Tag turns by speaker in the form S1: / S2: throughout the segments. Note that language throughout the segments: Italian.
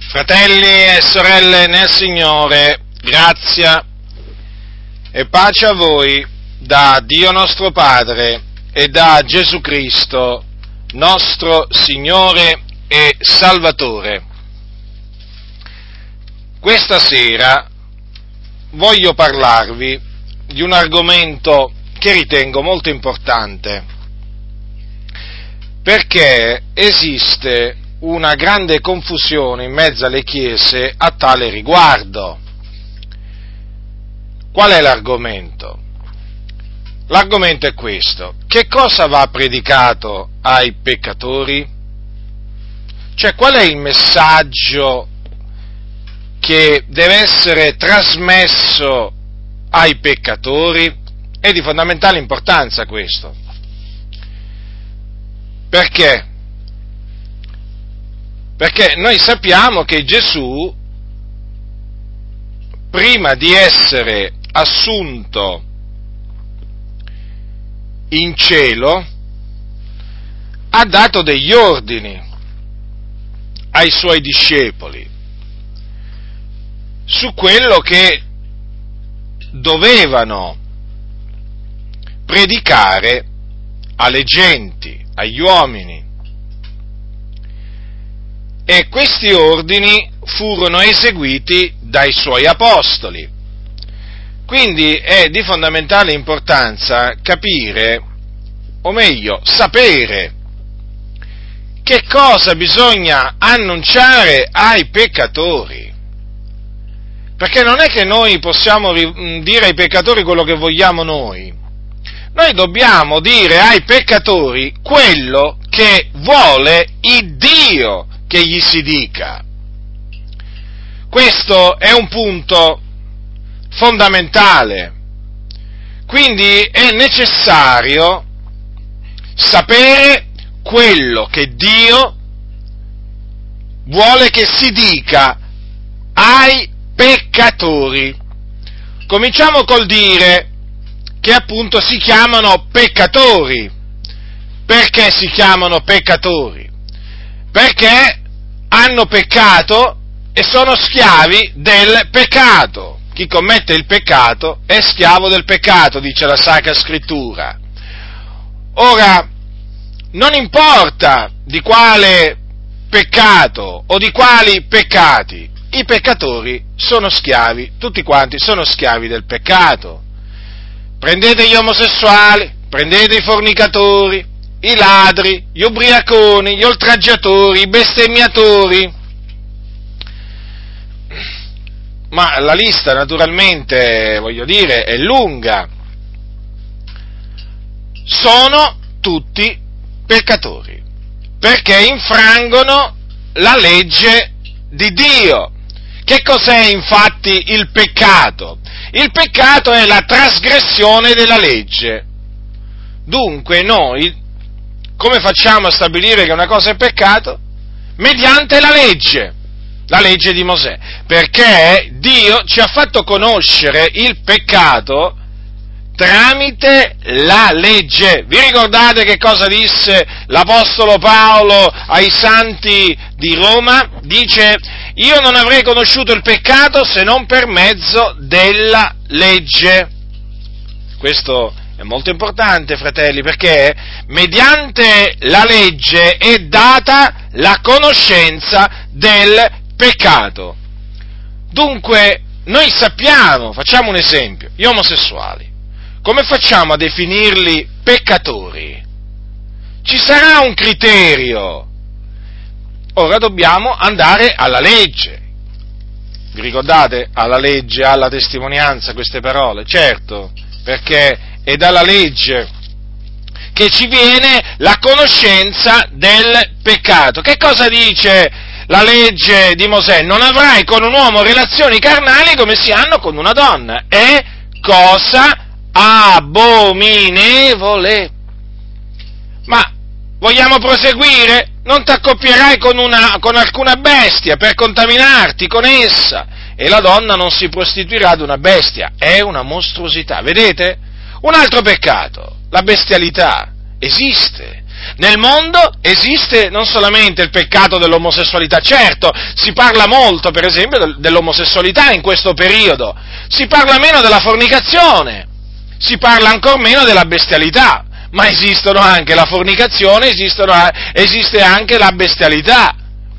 S1: Fratelli e sorelle nel Signore, grazia e pace a voi da Dio nostro Padre e da Gesù Cristo, nostro Signore e Salvatore. Questa sera voglio parlarvi di un argomento che ritengo molto importante, perché esiste una grande confusione in mezzo alle chiese a tale riguardo. Qual è l'argomento? L'argomento è questo: che cosa va predicato ai peccatori? Cioè, qual è il messaggio che deve essere trasmesso ai peccatori? È di fondamentale importanza questo. Perché? Perché noi sappiamo che Gesù, prima di essere assunto in cielo, ha dato degli ordini ai suoi discepoli su quello che dovevano predicare alle genti, agli uomini. E questi ordini furono eseguiti dai suoi apostoli. Quindi è di fondamentale importanza capire, o meglio, sapere che cosa bisogna annunciare ai peccatori. Perché non è che noi possiamo dire ai peccatori quello che vogliamo noi. Noi dobbiamo dire ai peccatori quello che vuole il Dio che gli si dica. Questo è un punto fondamentale. Quindi è necessario sapere quello che Dio vuole che si dica ai peccatori. Cominciamo col dire che appunto si chiamano peccatori. Perché si chiamano peccatori? Perché hanno peccato e sono schiavi del peccato. Chi commette il peccato è schiavo del peccato, dice la Sacra Scrittura. Ora, non importa di quale peccato o di quali peccati, i peccatori sono schiavi, tutti quanti sono schiavi del peccato. Prendete gli omosessuali, prendete i fornicatori, i ladri, gli ubriaconi, gli oltraggiatori, i bestemmiatori. Ma la lista naturalmente, voglio dire, è lunga. Sono tutti peccatori, perché infrangono la legge di Dio. Che cos'è infatti il peccato? Il peccato è la trasgressione della legge. Dunque noi, come facciamo a stabilire che una cosa è peccato? Mediante la legge di Mosè, perché Dio ci ha fatto conoscere il peccato tramite la legge. Vi ricordate che cosa disse l'Apostolo Paolo ai santi di Roma? Dice: io non avrei conosciuto il peccato se non per mezzo della legge. Questo è molto importante, fratelli, perché mediante la legge è data la conoscenza del peccato. Dunque, noi sappiamo, facciamo un esempio, gli omosessuali, come facciamo a definirli peccatori? Ci sarà un criterio. Ora dobbiamo andare alla legge. Vi ricordate? Alla legge, alla testimonianza, queste parole? Certo, perché è dalla legge che ci viene la conoscenza del peccato. Che cosa dice la legge di Mosè? Non avrai con un uomo relazioni carnali come si hanno con una donna. È cosa abominevole. Ma vogliamo proseguire? Non t'accoppierai con alcuna bestia per contaminarti con essa, e la donna non si prostituirà ad una bestia. È una mostruosità. Vedete? Un altro peccato, la bestialità, esiste. Nel mondo esiste non solamente il peccato dell'omosessualità, certo, si parla molto, per esempio, dell'omosessualità in questo periodo, si parla meno della fornicazione, si parla ancor meno della bestialità, ma esistono anche la fornicazione, esiste anche la bestialità.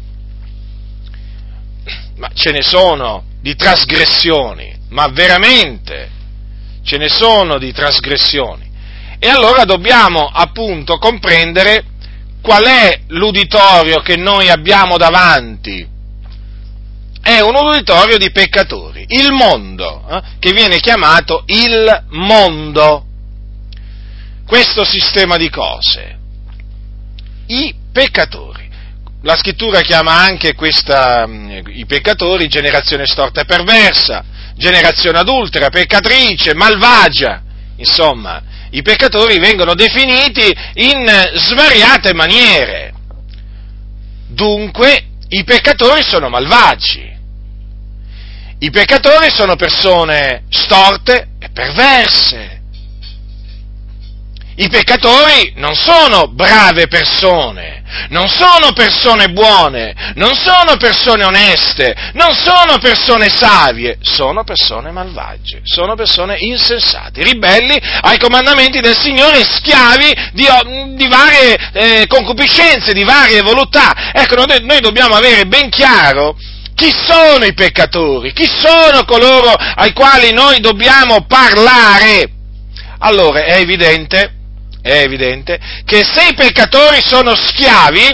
S1: Ma ce ne sono di trasgressioni, ma veramente ce ne sono di trasgressioni. E allora dobbiamo appunto comprendere qual è l'uditorio che noi abbiamo davanti. È un uditorio di peccatori, il mondo, che viene chiamato il mondo. Questo sistema di cose, i peccatori. La scrittura chiama anche i peccatori generazione storta e perversa, generazione adultera, peccatrice, malvagia. Insomma, i peccatori vengono definiti in svariate maniere. Dunque, i peccatori sono malvagi. I peccatori sono persone storte e perverse. I peccatori non sono brave persone, non sono persone buone, non sono persone oneste, non sono persone savie, sono persone malvagie, sono persone insensate, ribelli ai comandamenti del Signore, schiavi di varie concupiscenze, di varie volontà. Ecco, noi dobbiamo avere ben chiaro chi sono i peccatori, chi sono coloro ai quali noi dobbiamo parlare. Allora, è evidente che se i peccatori sono schiavi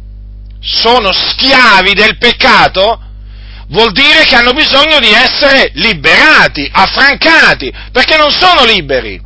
S1: del peccato, vuol dire che hanno bisogno di essere liberati, affrancati, perché non sono liberi.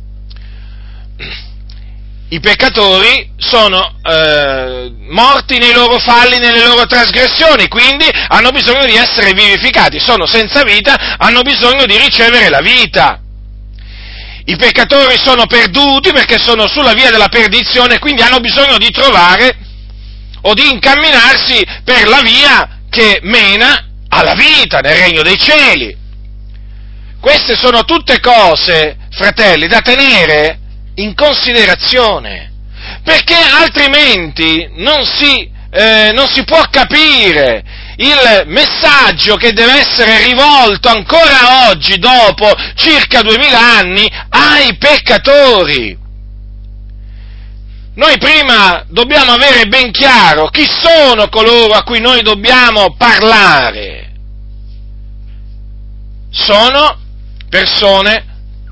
S1: I peccatori sono morti nei loro falli, nelle loro trasgressioni, quindi hanno bisogno di essere vivificati, sono senza vita, hanno bisogno di ricevere la vita. I peccatori sono perduti perché sono sulla via della perdizione, quindi hanno bisogno di trovare o di incamminarsi per la via che mena alla vita nel regno dei cieli. Queste sono tutte cose, fratelli, da tenere in considerazione, perché altrimenti non si può capire il messaggio che deve essere rivolto ancora oggi, dopo circa 2000 anni, ai peccatori. Noi prima dobbiamo avere ben chiaro chi sono coloro a cui noi dobbiamo parlare. Sono persone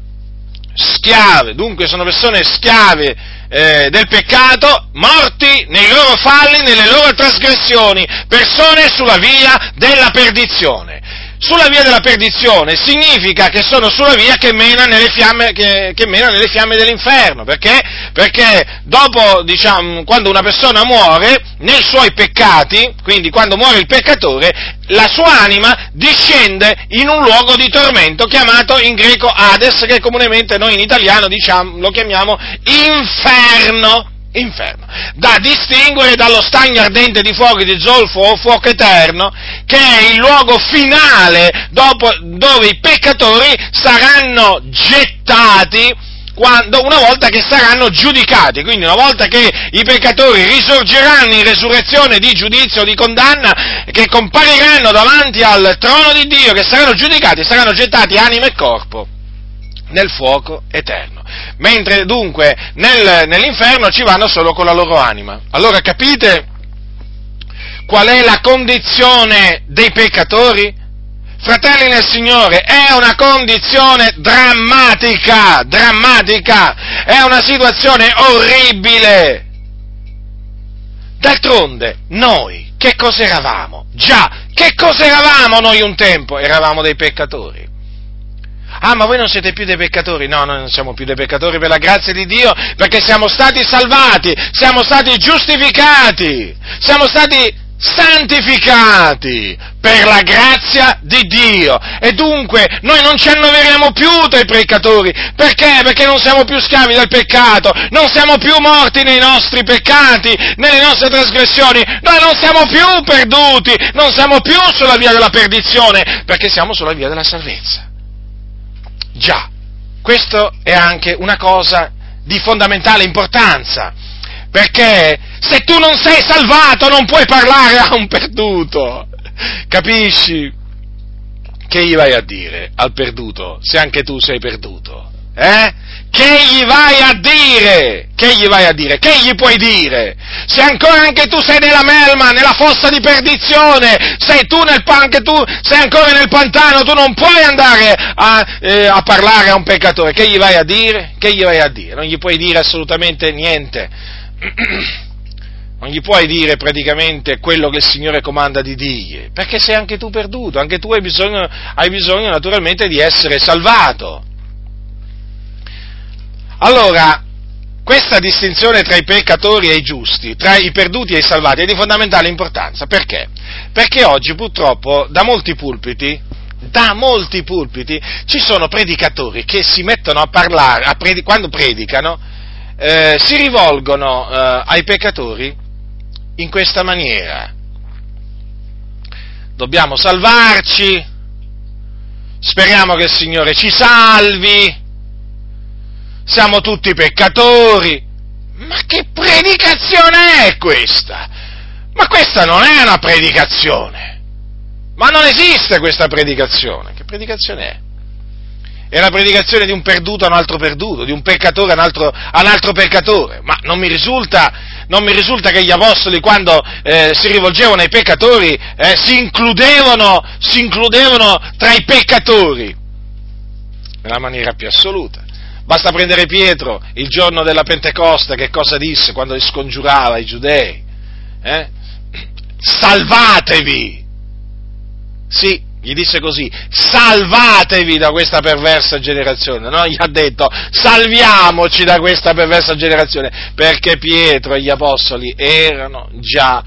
S1: schiave, dunque sono persone schiave del peccato, morti nei loro falli, nelle loro trasgressioni, persone sulla via della perdizione. Sulla via della perdizione significa che sono sulla via che mena nelle fiamme dell'inferno, perché dopo, quando una persona muore nei suoi peccati, quindi quando muore il peccatore, la sua anima discende in un luogo di tormento chiamato in greco Hades, che comunemente noi in italiano lo chiamiamo inferno, da distinguere dallo stagno ardente di fuoco di zolfo o fuoco eterno, che è il luogo finale dove i peccatori saranno gettati una volta che saranno giudicati, quindi una volta che i peccatori risorgeranno in resurrezione di giudizio, di condanna, che compariranno davanti al trono di Dio, che saranno giudicati, saranno gettati anima e corpo nel fuoco eterno. Mentre dunque nell'inferno ci vanno solo con la loro anima. Allora capite qual è la condizione dei peccatori? Fratelli nel Signore, è una condizione drammatica, è una situazione orribile. D'altronde, noi, che cosa eravamo? Che cosa eravamo noi un tempo? Eravamo dei peccatori. Ah, ma voi non siete più dei peccatori? No, noi non siamo più dei peccatori per la grazia di Dio, perché siamo stati salvati, siamo stati giustificati, siamo stati santificati per la grazia di Dio, e dunque noi non ci annoveriamo più tra i peccatori. Perché? Perché non siamo più schiavi del peccato, non siamo più morti nei nostri peccati, nelle nostre trasgressioni, noi non siamo più perduti, non siamo più sulla via della perdizione, perché siamo sulla via della salvezza. Già, questo è anche una cosa di fondamentale importanza, Perché se tu non sei salvato non puoi parlare a un perduto, capisci? Che gli vai a dire al perduto se anche tu sei perduto? Che gli vai a dire? Che gli vai a dire? Che gli puoi dire? Se ancora anche tu sei nella melma, nella fossa di perdizione, anche tu sei ancora nel pantano, tu non puoi andare a parlare a un peccatore. Che gli vai a dire? Che gli vai a dire? Non gli puoi dire assolutamente niente. Non gli puoi dire praticamente quello che il Signore comanda di dirgli, perché sei anche tu perduto, anche tu hai bisogno naturalmente di essere salvato. Allora, questa distinzione tra i peccatori e i giusti, tra i perduti e i salvati, è di fondamentale importanza. Perché? Perché oggi purtroppo da molti pulpiti ci sono predicatori che si mettono a parlare, quando predicano, si rivolgono ai peccatori in questa maniera: dobbiamo salvarci, speriamo che il Signore ci salvi, siamo tutti peccatori. Ma che predicazione è questa? Ma questa non è una predicazione, ma non esiste questa predicazione. Che predicazione è? È la predicazione di un perduto a un altro perduto, di un peccatore a un altro peccatore. Ma non mi risulta che gli apostoli, quando si rivolgevano ai peccatori, si includevano tra i peccatori, nella maniera più assoluta. Basta prendere Pietro il giorno della Pentecoste, che cosa disse quando li scongiurava i giudei? Salvatevi! Sì, gli disse così: salvatevi da questa perversa generazione. Non gli ha detto salviamoci da questa perversa generazione, perché Pietro e gli apostoli erano già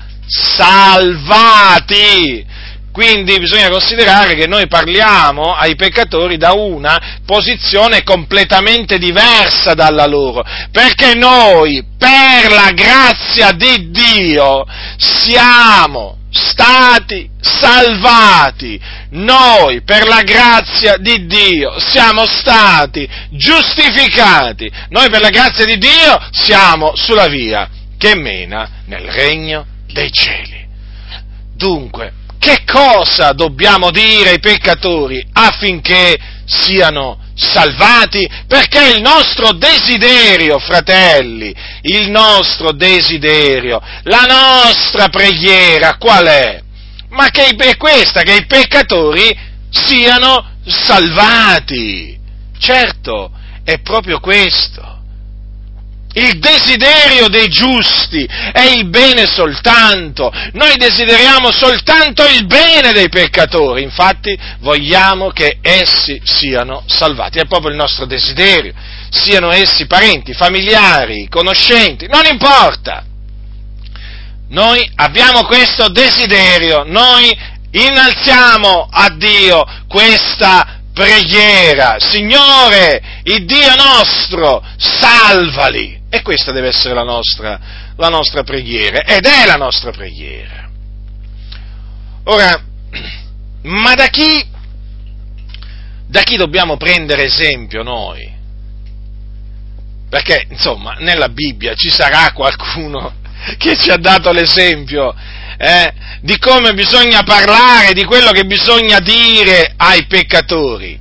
S1: salvati. Quindi bisogna considerare che noi parliamo ai peccatori da una posizione completamente diversa dalla loro, perché noi, per la grazia di Dio, siamo stati salvati. Noi, per la grazia di Dio, siamo stati giustificati. Noi, per la grazia di Dio, siamo sulla via che mena nel regno dei cieli. Dunque, che cosa dobbiamo dire ai peccatori affinché siano salvati? Perché il nostro desiderio, fratelli, il nostro desiderio, la nostra preghiera qual è? Ma che è questa, che i peccatori siano salvati. Certo, è proprio questo. Il desiderio dei giusti è il bene soltanto. Noi desideriamo soltanto il bene dei peccatori, infatti vogliamo che essi siano salvati. È proprio il nostro desiderio, siano essi parenti, familiari, conoscenti, non importa. Noi abbiamo questo desiderio, noi innalziamo a Dio questa preghiera: Signore, il Dio nostro, salvali. E questa deve essere la nostra preghiera, ed è la nostra preghiera. Ora, ma da chi dobbiamo prendere esempio noi? Perché, insomma, nella Bibbia ci sarà qualcuno che ci ha dato l'esempio di come bisogna parlare, di quello che bisogna dire ai peccatori.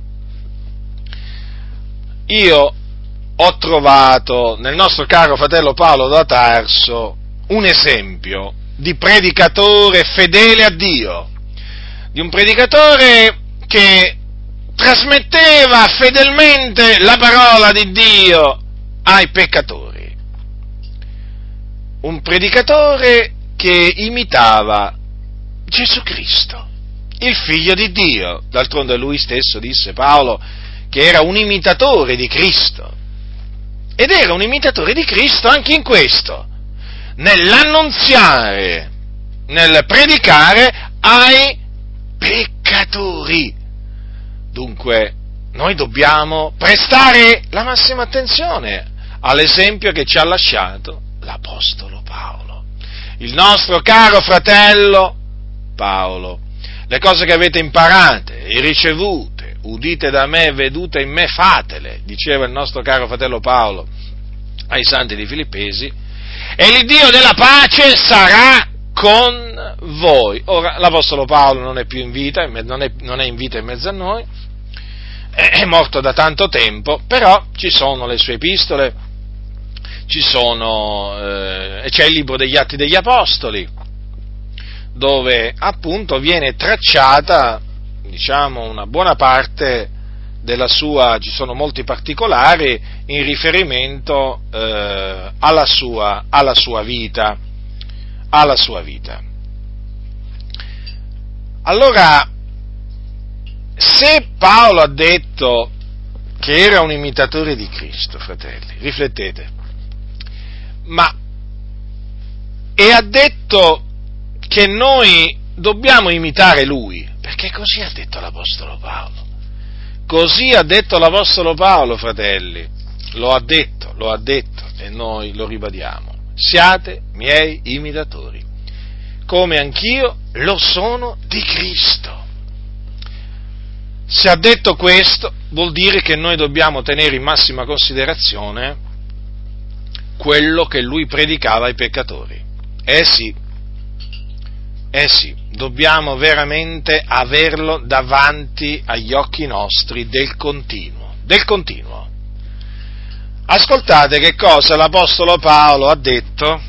S1: Io ho trovato nel nostro caro fratello Paolo da Tarso un esempio di predicatore fedele a Dio, di un predicatore che trasmetteva fedelmente la parola di Dio ai peccatori, un predicatore che imitava Gesù Cristo, il Figlio di Dio. D'altronde lui stesso disse, Paolo, che era un imitatore di Cristo. Ed era un imitatore di Cristo anche in questo, nell'annunziare, nel predicare ai peccatori. Dunque, noi dobbiamo prestare la massima attenzione all'esempio che ci ha lasciato l'Apostolo Paolo, il nostro caro fratello Paolo. Le cose che avete imparate e ricevute, udite da me, vedute in me, fatele, diceva il nostro caro fratello Paolo ai santi di Filippesi, e l'Iddio della pace sarà con voi. Ora, l'Apostolo Paolo non è più in vita, non è in vita in mezzo a noi, è morto da tanto tempo, però ci sono le sue epistole, c'è il libro degli Atti degli Apostoli, dove appunto viene tracciata, diciamo, una buona parte della sua, ci sono molti particolari in riferimento alla sua vita. Allora, se Paolo ha detto che era un imitatore di Cristo, fratelli, riflettete, e ha detto che noi dobbiamo imitare lui, perché così ha detto l'Apostolo Paolo. Così ha detto l'Apostolo Paolo, fratelli, lo ha detto, e noi lo ribadiamo. Siate miei imitatori, come anch'io lo sono di Cristo. Se ha detto questo, vuol dire che noi dobbiamo tenere in massima considerazione quello che lui predicava ai peccatori. Sì, dobbiamo veramente averlo davanti agli occhi nostri del continuo. Ascoltate che cosa l'Apostolo Paolo ha detto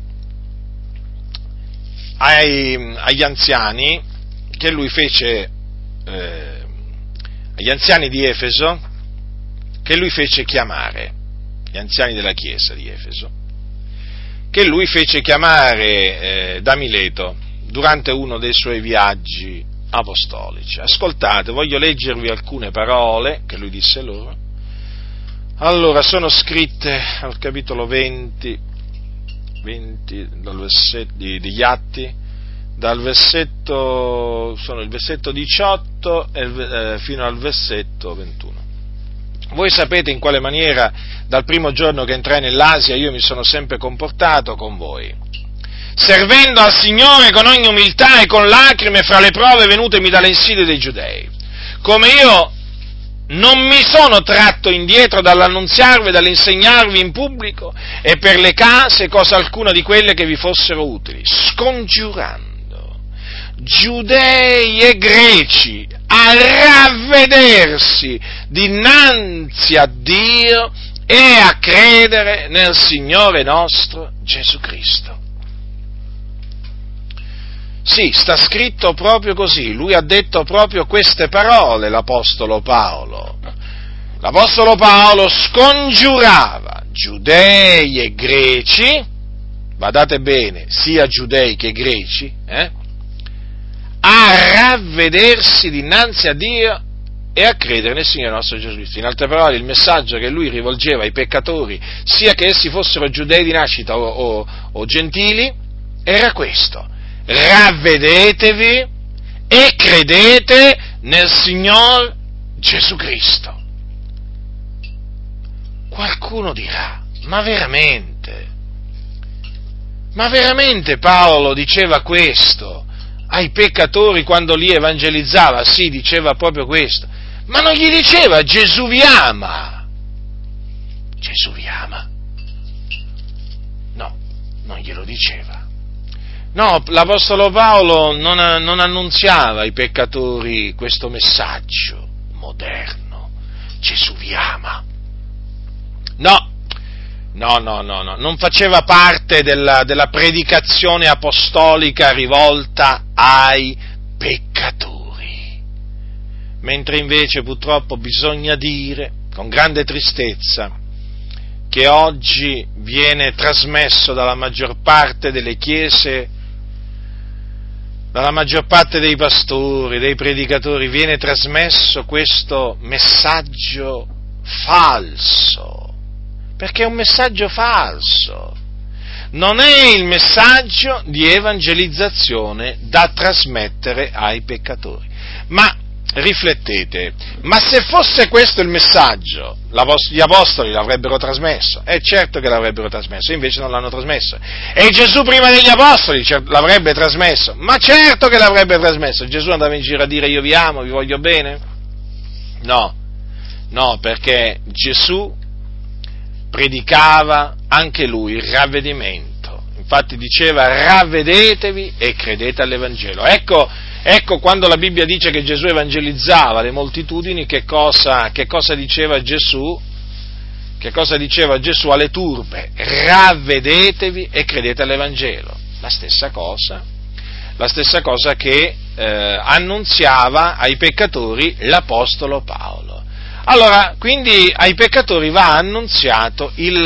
S1: agli anziani che lui fece, agli anziani di Efeso, che lui fece chiamare, gli anziani della chiesa di Efeso, che lui fece chiamare da Mileto durante uno dei suoi viaggi apostolici. Ascoltate, voglio leggervi alcune parole che lui disse loro. Allora, sono scritte al capitolo 20 degli Atti, sono il versetto 18 fino al versetto 21. Voi sapete in quale maniera dal primo giorno che entrai nell'Asia io mi sono sempre comportato con voi, servendo al Signore con ogni umiltà e con lacrime fra le prove venutemi dalle insidie dei Giudei, come io non mi sono tratto indietro dall'annunziarvi e dall'insegnarvi in pubblico e per le case cosa alcuna di quelle che vi fossero utili, scongiurando giudei e greci a ravvedersi dinanzi a Dio e a credere nel Signore nostro Gesù Cristo. Sì, sta scritto proprio così, lui ha detto proprio queste parole, l'Apostolo Paolo. L'Apostolo Paolo scongiurava giudei e greci, badate bene, sia giudei che greci, a ravvedersi dinanzi a Dio e a credere nel Signore nostro Gesù Cristo. In altre parole, il messaggio che lui rivolgeva ai peccatori, sia che essi fossero giudei di nascita o gentili, era questo: ravvedetevi e credete nel Signor Gesù Cristo. Qualcuno dirà, ma veramente Paolo diceva questo ai peccatori quando li evangelizzava? Sì, diceva proprio questo, ma non gli diceva Gesù vi ama? Gesù vi ama? No, non glielo diceva. No, l'Apostolo Paolo non annunziava ai peccatori questo messaggio moderno, Gesù vi ama. No, non faceva parte della predicazione apostolica rivolta ai peccatori, mentre invece purtroppo bisogna dire, con grande tristezza, che oggi viene trasmesso dalla maggior parte delle chiese, dalla maggior parte dei pastori, dei predicatori, viene trasmesso questo messaggio falso, perché è un messaggio falso, non è il messaggio di evangelizzazione da trasmettere ai peccatori. Ma riflettete, ma se fosse questo il messaggio, gli apostoli l'avrebbero trasmesso? Certo che l'avrebbero trasmesso, invece non l'hanno trasmesso. E Gesù prima degli apostoli l'avrebbe trasmesso? Ma certo che l'avrebbe trasmesso. Gesù andava in giro a dire io vi amo, vi voglio bene? No, perché Gesù predicava anche lui il ravvedimento. Infatti diceva: ravvedetevi e credete all'Evangelo. Ecco quando la Bibbia dice che Gesù evangelizzava le moltitudini, che cosa diceva Gesù? Che cosa diceva Gesù alle turbe? Ravvedetevi e credete all'Evangelo. La stessa cosa che annunziava ai peccatori l'Apostolo Paolo. Allora, quindi ai peccatori va annunziato il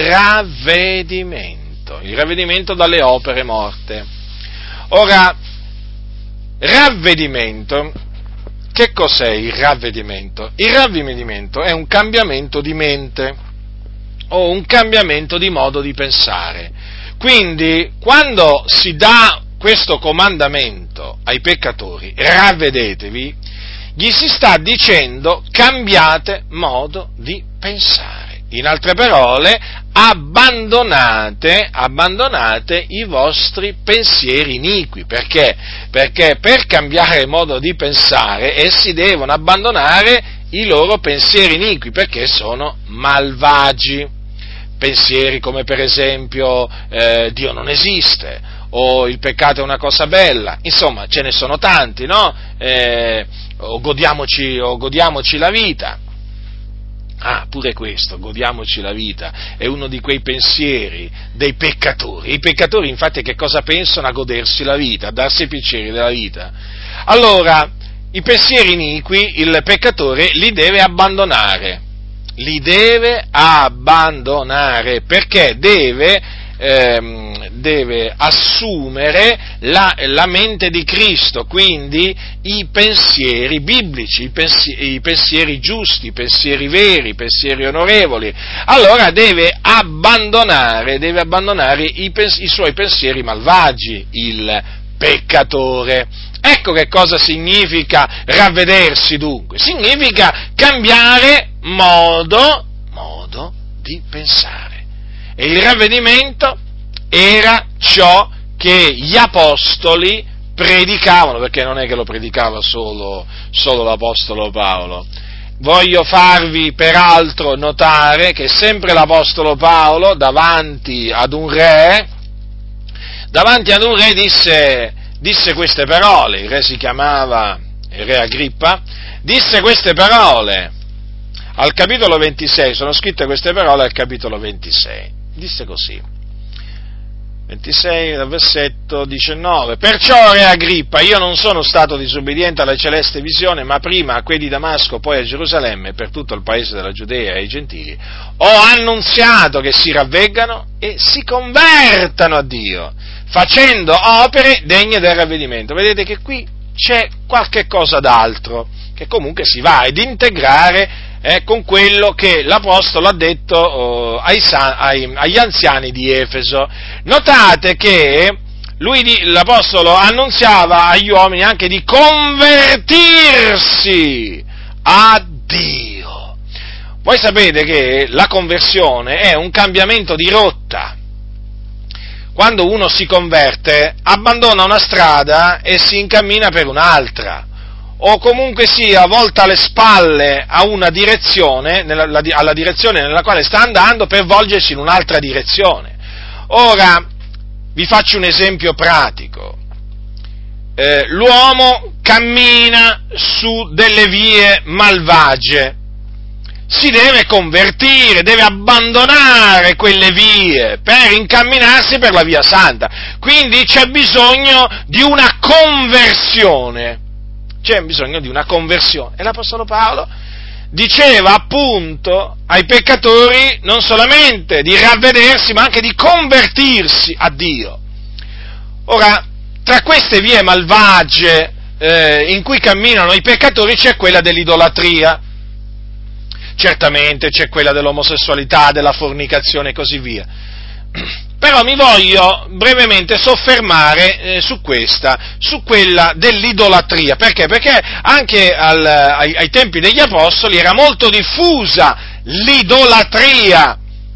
S1: ravvedimento dalle opere morte. Ora, ravvedimento, che cos'è il ravvedimento? Il ravvedimento è un cambiamento di mente o un cambiamento di modo di pensare. Quindi, quando si dà questo comandamento ai peccatori, ravvedetevi, gli si sta dicendo: cambiate modo di pensare. In altre parole, abbandonate i vostri pensieri iniqui. Perché? Perché per cambiare modo di pensare essi devono abbandonare i loro pensieri iniqui, perché sono malvagi. Pensieri come per esempio Dio non esiste, o il peccato è una cosa bella, insomma ce ne sono tanti, no? O godiamoci la vita. Pure questo, godiamoci la vita, è uno di quei pensieri dei peccatori. I peccatori infatti che cosa pensano? A godersi la vita, a darsi i piaceri della vita. Allora, i pensieri iniqui il peccatore li deve abbandonare, perché deve assumere la mente di Cristo, quindi i pensieri biblici, i pensieri giusti, i pensieri veri, i pensieri onorevoli. Allora deve abbandonare i suoi pensieri malvagi, il peccatore. Ecco che cosa significa ravvedersi dunque. Significa cambiare modo di pensare. E il ravvedimento era ciò che gli apostoli predicavano, perché non è che lo predicava solo l'apostolo Paolo. Voglio farvi peraltro notare che sempre l'apostolo Paolo davanti ad un re disse queste parole. Il re si chiamava il re Agrippa, disse queste parole al capitolo 26, sono scritte queste parole al capitolo 26. Disse così, 26 dal versetto 19: perciò, re Agrippa, io non sono stato disobbediente alla celeste visione, ma prima a quei di Damasco, poi a Gerusalemme e per tutto il paese della Giudea e ai gentili ho annunziato che si ravveggano e si convertano a Dio, facendo opere degne del ravvedimento. Vedete che qui c'è qualche cosa d'altro che comunque si va ad integrare con quello che l'Apostolo ha detto agli anziani di Efeso. Notate che l'Apostolo annunziava agli uomini anche di convertirsi a Dio. Voi sapete che la conversione è un cambiamento di rotta. Quando uno si converte, abbandona una strada e si incammina per un'altra, o comunque sia volta le spalle a una direzione, alla direzione nella quale sta andando, per volgersi in un'altra direzione. Ora, vi faccio un esempio pratico. L'uomo cammina su delle vie malvagie, si deve convertire, deve abbandonare quelle vie per incamminarsi per la via santa. Quindi c'è bisogno di una conversione. E l'Apostolo Paolo diceva appunto ai peccatori non solamente di ravvedersi, ma anche di convertirsi a Dio. Ora, tra queste vie malvagie in cui camminano i peccatori c'è quella dell'idolatria. Certamente c'è quella dell'omosessualità, della fornicazione e così via. Però mi voglio brevemente soffermare su quella dell'idolatria. Perché? Perché anche ai tempi degli Apostoli era molto diffusa l'idolatria,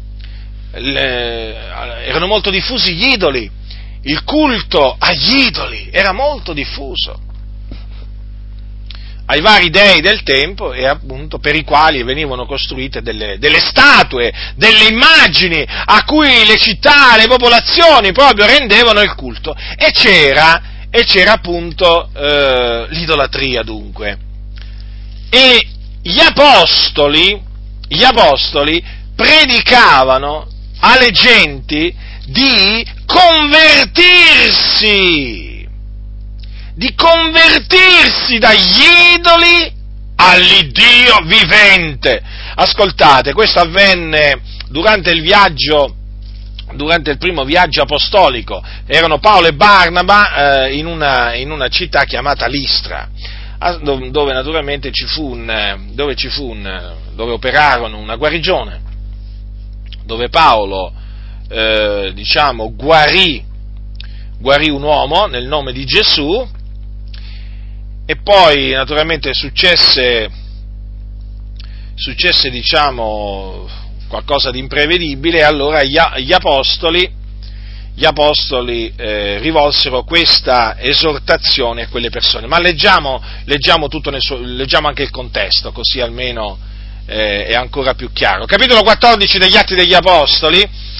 S1: erano molto diffusi gli idoli, il culto agli idoli era molto diffuso. ai vari dei del tempo e appunto per i quali venivano costruite delle statue, delle immagini a cui le città, le popolazioni proprio rendevano il culto. E c'era appunto l'idolatria dunque. E gli apostoli predicavano alle genti di convertirsi dagli idoli all'Iddio vivente. Ascoltate, questo avvenne durante il primo viaggio apostolico. Erano Paolo e Barnaba in una città chiamata Listra, dove naturalmente dove operarono una guarigione, dove Paolo guarì un uomo nel nome di Gesù, e poi naturalmente successe qualcosa di imprevedibile, e allora gli apostoli rivolsero questa esortazione a quelle persone. Ma leggiamo tutto leggiamo anche il contesto, così almeno è ancora più chiaro. Capitolo 14 degli Atti degli Apostoli,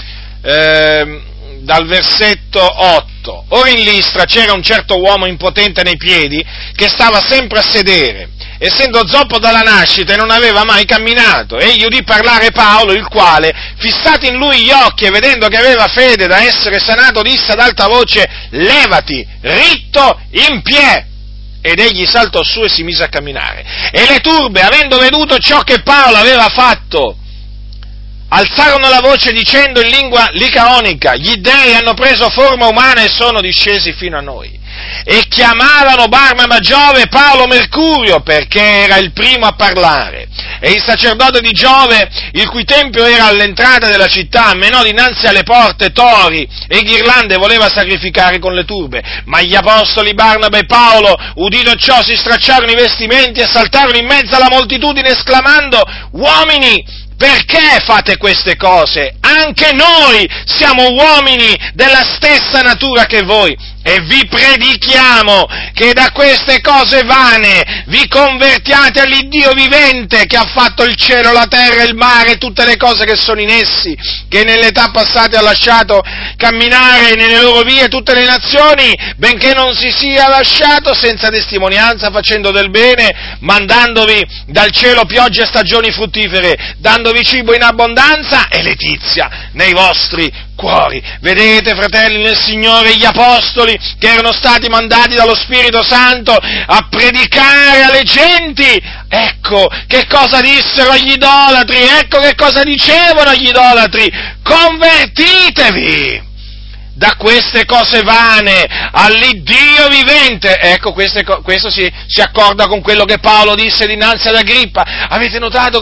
S1: dal versetto 8. Ora in Listra c'era un certo uomo impotente nei piedi, che stava sempre a sedere, essendo zoppo dalla nascita e non aveva mai camminato. Egli udì parlare Paolo, il quale, fissati in lui gli occhi e vedendo che aveva fede da essere sanato, disse ad alta voce: levati, ritto in piedi. Ed egli saltò su e si mise a camminare. E le turbe, avendo veduto ciò che Paolo aveva fatto, alzarono la voce dicendo in lingua licaonica: gli dei hanno preso forma umana e sono discesi fino a noi. E chiamavano Barnaba Giove e Paolo Mercurio, perché era il primo a parlare. E il sacerdote di Giove, il cui tempio era all'entrata della città, menò dinanzi alle porte tori e ghirlande, voleva sacrificare con le turbe. Ma gli apostoli Barnaba e Paolo, udito ciò, si stracciarono i vestimenti e saltarono in mezzo alla moltitudine, esclamando: uomini, perché fate queste cose? Anche noi siamo uomini della stessa natura che voi, e vi predichiamo che da queste cose vane vi convertiate all'Iddio vivente, che ha fatto il cielo, la terra, il mare e tutte le cose che sono in essi, che nell'età passate ha lasciato camminare nelle loro vie tutte le nazioni, benché non si sia lasciato senza testimonianza, facendo del bene, mandandovi dal cielo piogge e stagioni fruttifere, dandovi cibo in abbondanza e letizia nei vostri cuori. Vedete, fratelli nel Signore, gli apostoli che erano stati mandati dallo Spirito Santo a predicare alle genti, ecco che cosa dissero agli idolatri, ecco che cosa dicevano agli idolatri: convertitevi da queste cose vane all'Iddio vivente. Ecco, questo si accorda con quello che Paolo disse dinanzi ad Agrippa. Avete notato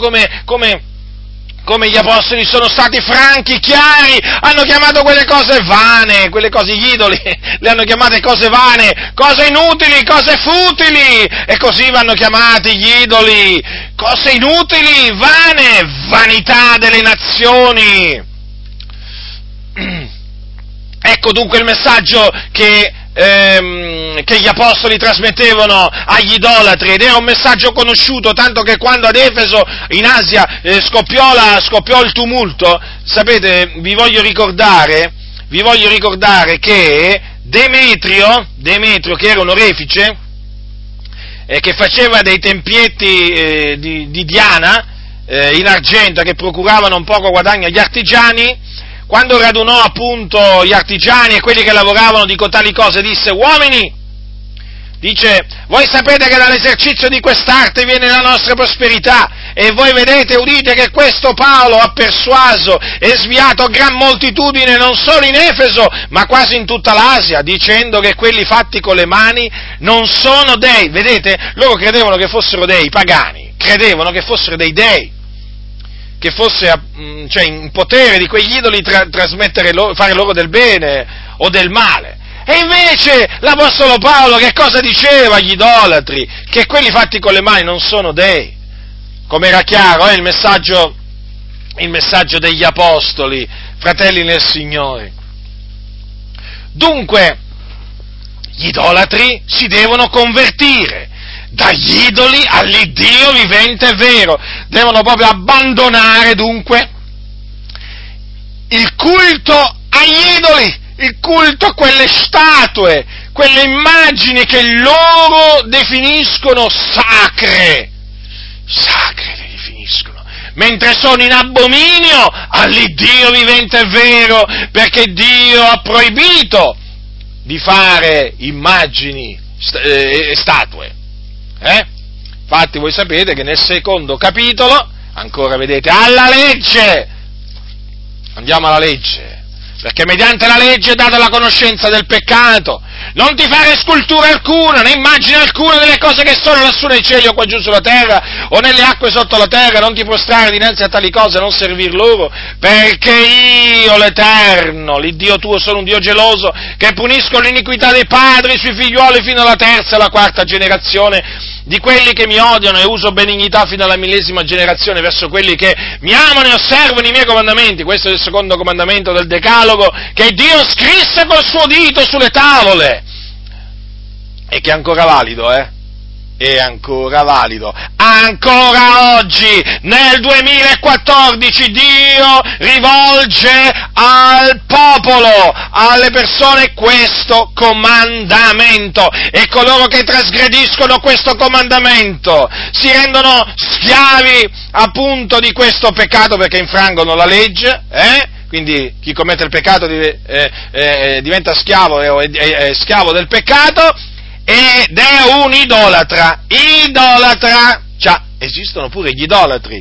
S1: come gli apostoli sono stati franchi, chiari, hanno chiamato quelle cose vane, quelle cose, gli idoli, le hanno chiamate cose vane, cose inutili, cose futili, e così vanno chiamati gli idoli, cose inutili, vane, vanità delle nazioni. Ecco dunque il messaggio che gli apostoli trasmettevano agli idolatri, ed era un messaggio conosciuto, tanto che quando ad Efeso, in Asia, scoppiò il tumulto, sapete, vi voglio ricordare che Demetrio, che era un orefice, che faceva dei tempietti di Diana in argento, che procuravano un poco guadagno agli artigiani, quando radunò appunto gli artigiani e quelli che lavoravano di cotali cose, disse: uomini, dice, voi sapete che dall'esercizio di quest'arte viene la nostra prosperità, e voi vedete e udite che questo Paolo ha persuaso e sviato gran moltitudine non solo in Efeso, ma quasi in tutta l'Asia, dicendo che quelli fatti con le mani non sono dei. Vedete, loro credevano che fossero dei, pagani, credevano che fossero dei dei, che fosse in potere di quegli idoli fare loro del bene o del male. E invece l'Apostolo Paolo che cosa diceva agli idolatri? Che quelli fatti con le mani non sono dei. Come era chiaro il messaggio degli Apostoli, fratelli nel Signore. Dunque, gli idolatri si devono convertire dagli idoli all'Iddio vivente e vero. Devono proprio abbandonare dunque il culto agli idoli, il culto a quelle statue, quelle immagini che loro definiscono sacre le definiscono, mentre sono in abominio all'Iddio vivente e vero, perché Dio ha proibito di fare immagini e statue. Infatti voi sapete che nel secondo capitolo, ancora vedete, alla legge, andiamo alla legge, perché mediante la legge è data la conoscenza del peccato. Non ti fare scultura alcuna, né immagine alcuna delle cose che sono lassù nei cieli o qua giù sulla terra, o nelle acque sotto la terra, non ti prostrare dinanzi a tali cose, non servir loro, perché io, l'Eterno, l'Iddio tuo, sono un Dio geloso, che punisco l'iniquità dei padri sui figliuoli fino alla terza e alla quarta generazione di quelli che mi odiano, e uso benignità fino alla 1000ª generazione verso quelli che mi amano e osservano i miei comandamenti. Questo è il secondo comandamento del Decalogo che Dio scrisse col suo dito sulle tavole, e che è ancora valido, È ancora valido. Ancora oggi, nel 2014, Dio rivolge al popolo, alle persone, questo comandamento, e coloro che trasgrediscono questo comandamento si rendono schiavi appunto di questo peccato, perché infrangono la legge, Quindi chi commette il peccato diventa schiavo, è schiavo del peccato, ed è un idolatra, già, esistono pure gli idolatri,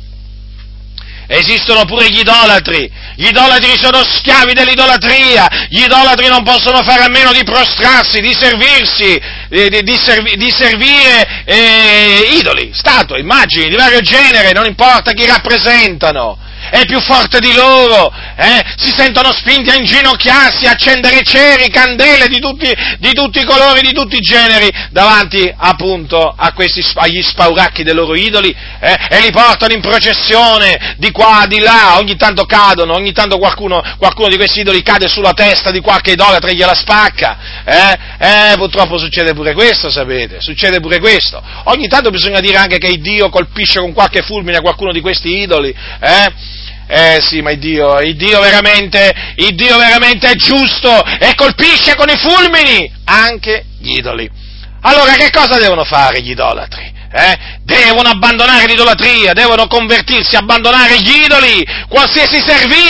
S1: gli idolatri sono schiavi dell'idolatria, gli idolatri non possono fare a meno di prostrarsi, di servirsi, di servire idoli, statue, immagini di vario genere, non importa chi rappresentano. È più forte di loro, si sentono spinti a inginocchiarsi, a accendere ceri, candele di tutti i colori, di tutti i generi, davanti appunto agli spauracchi dei loro idoli, e li portano in processione di qua, di là, ogni tanto cadono, ogni tanto qualcuno di questi idoli cade sulla testa di qualche idolatra e gliela spacca, purtroppo succede pure questo, sapete, succede pure questo. Ogni tanto bisogna dire anche che Dio colpisce con qualche fulmine qualcuno di questi idoli, sì, ma Dio veramente è giusto e colpisce con i fulmini anche gli idoli. Allora che cosa devono fare gli idolatri? Devono abbandonare l'idolatria, devono convertirsi, abbandonare gli idoli, qualsiasi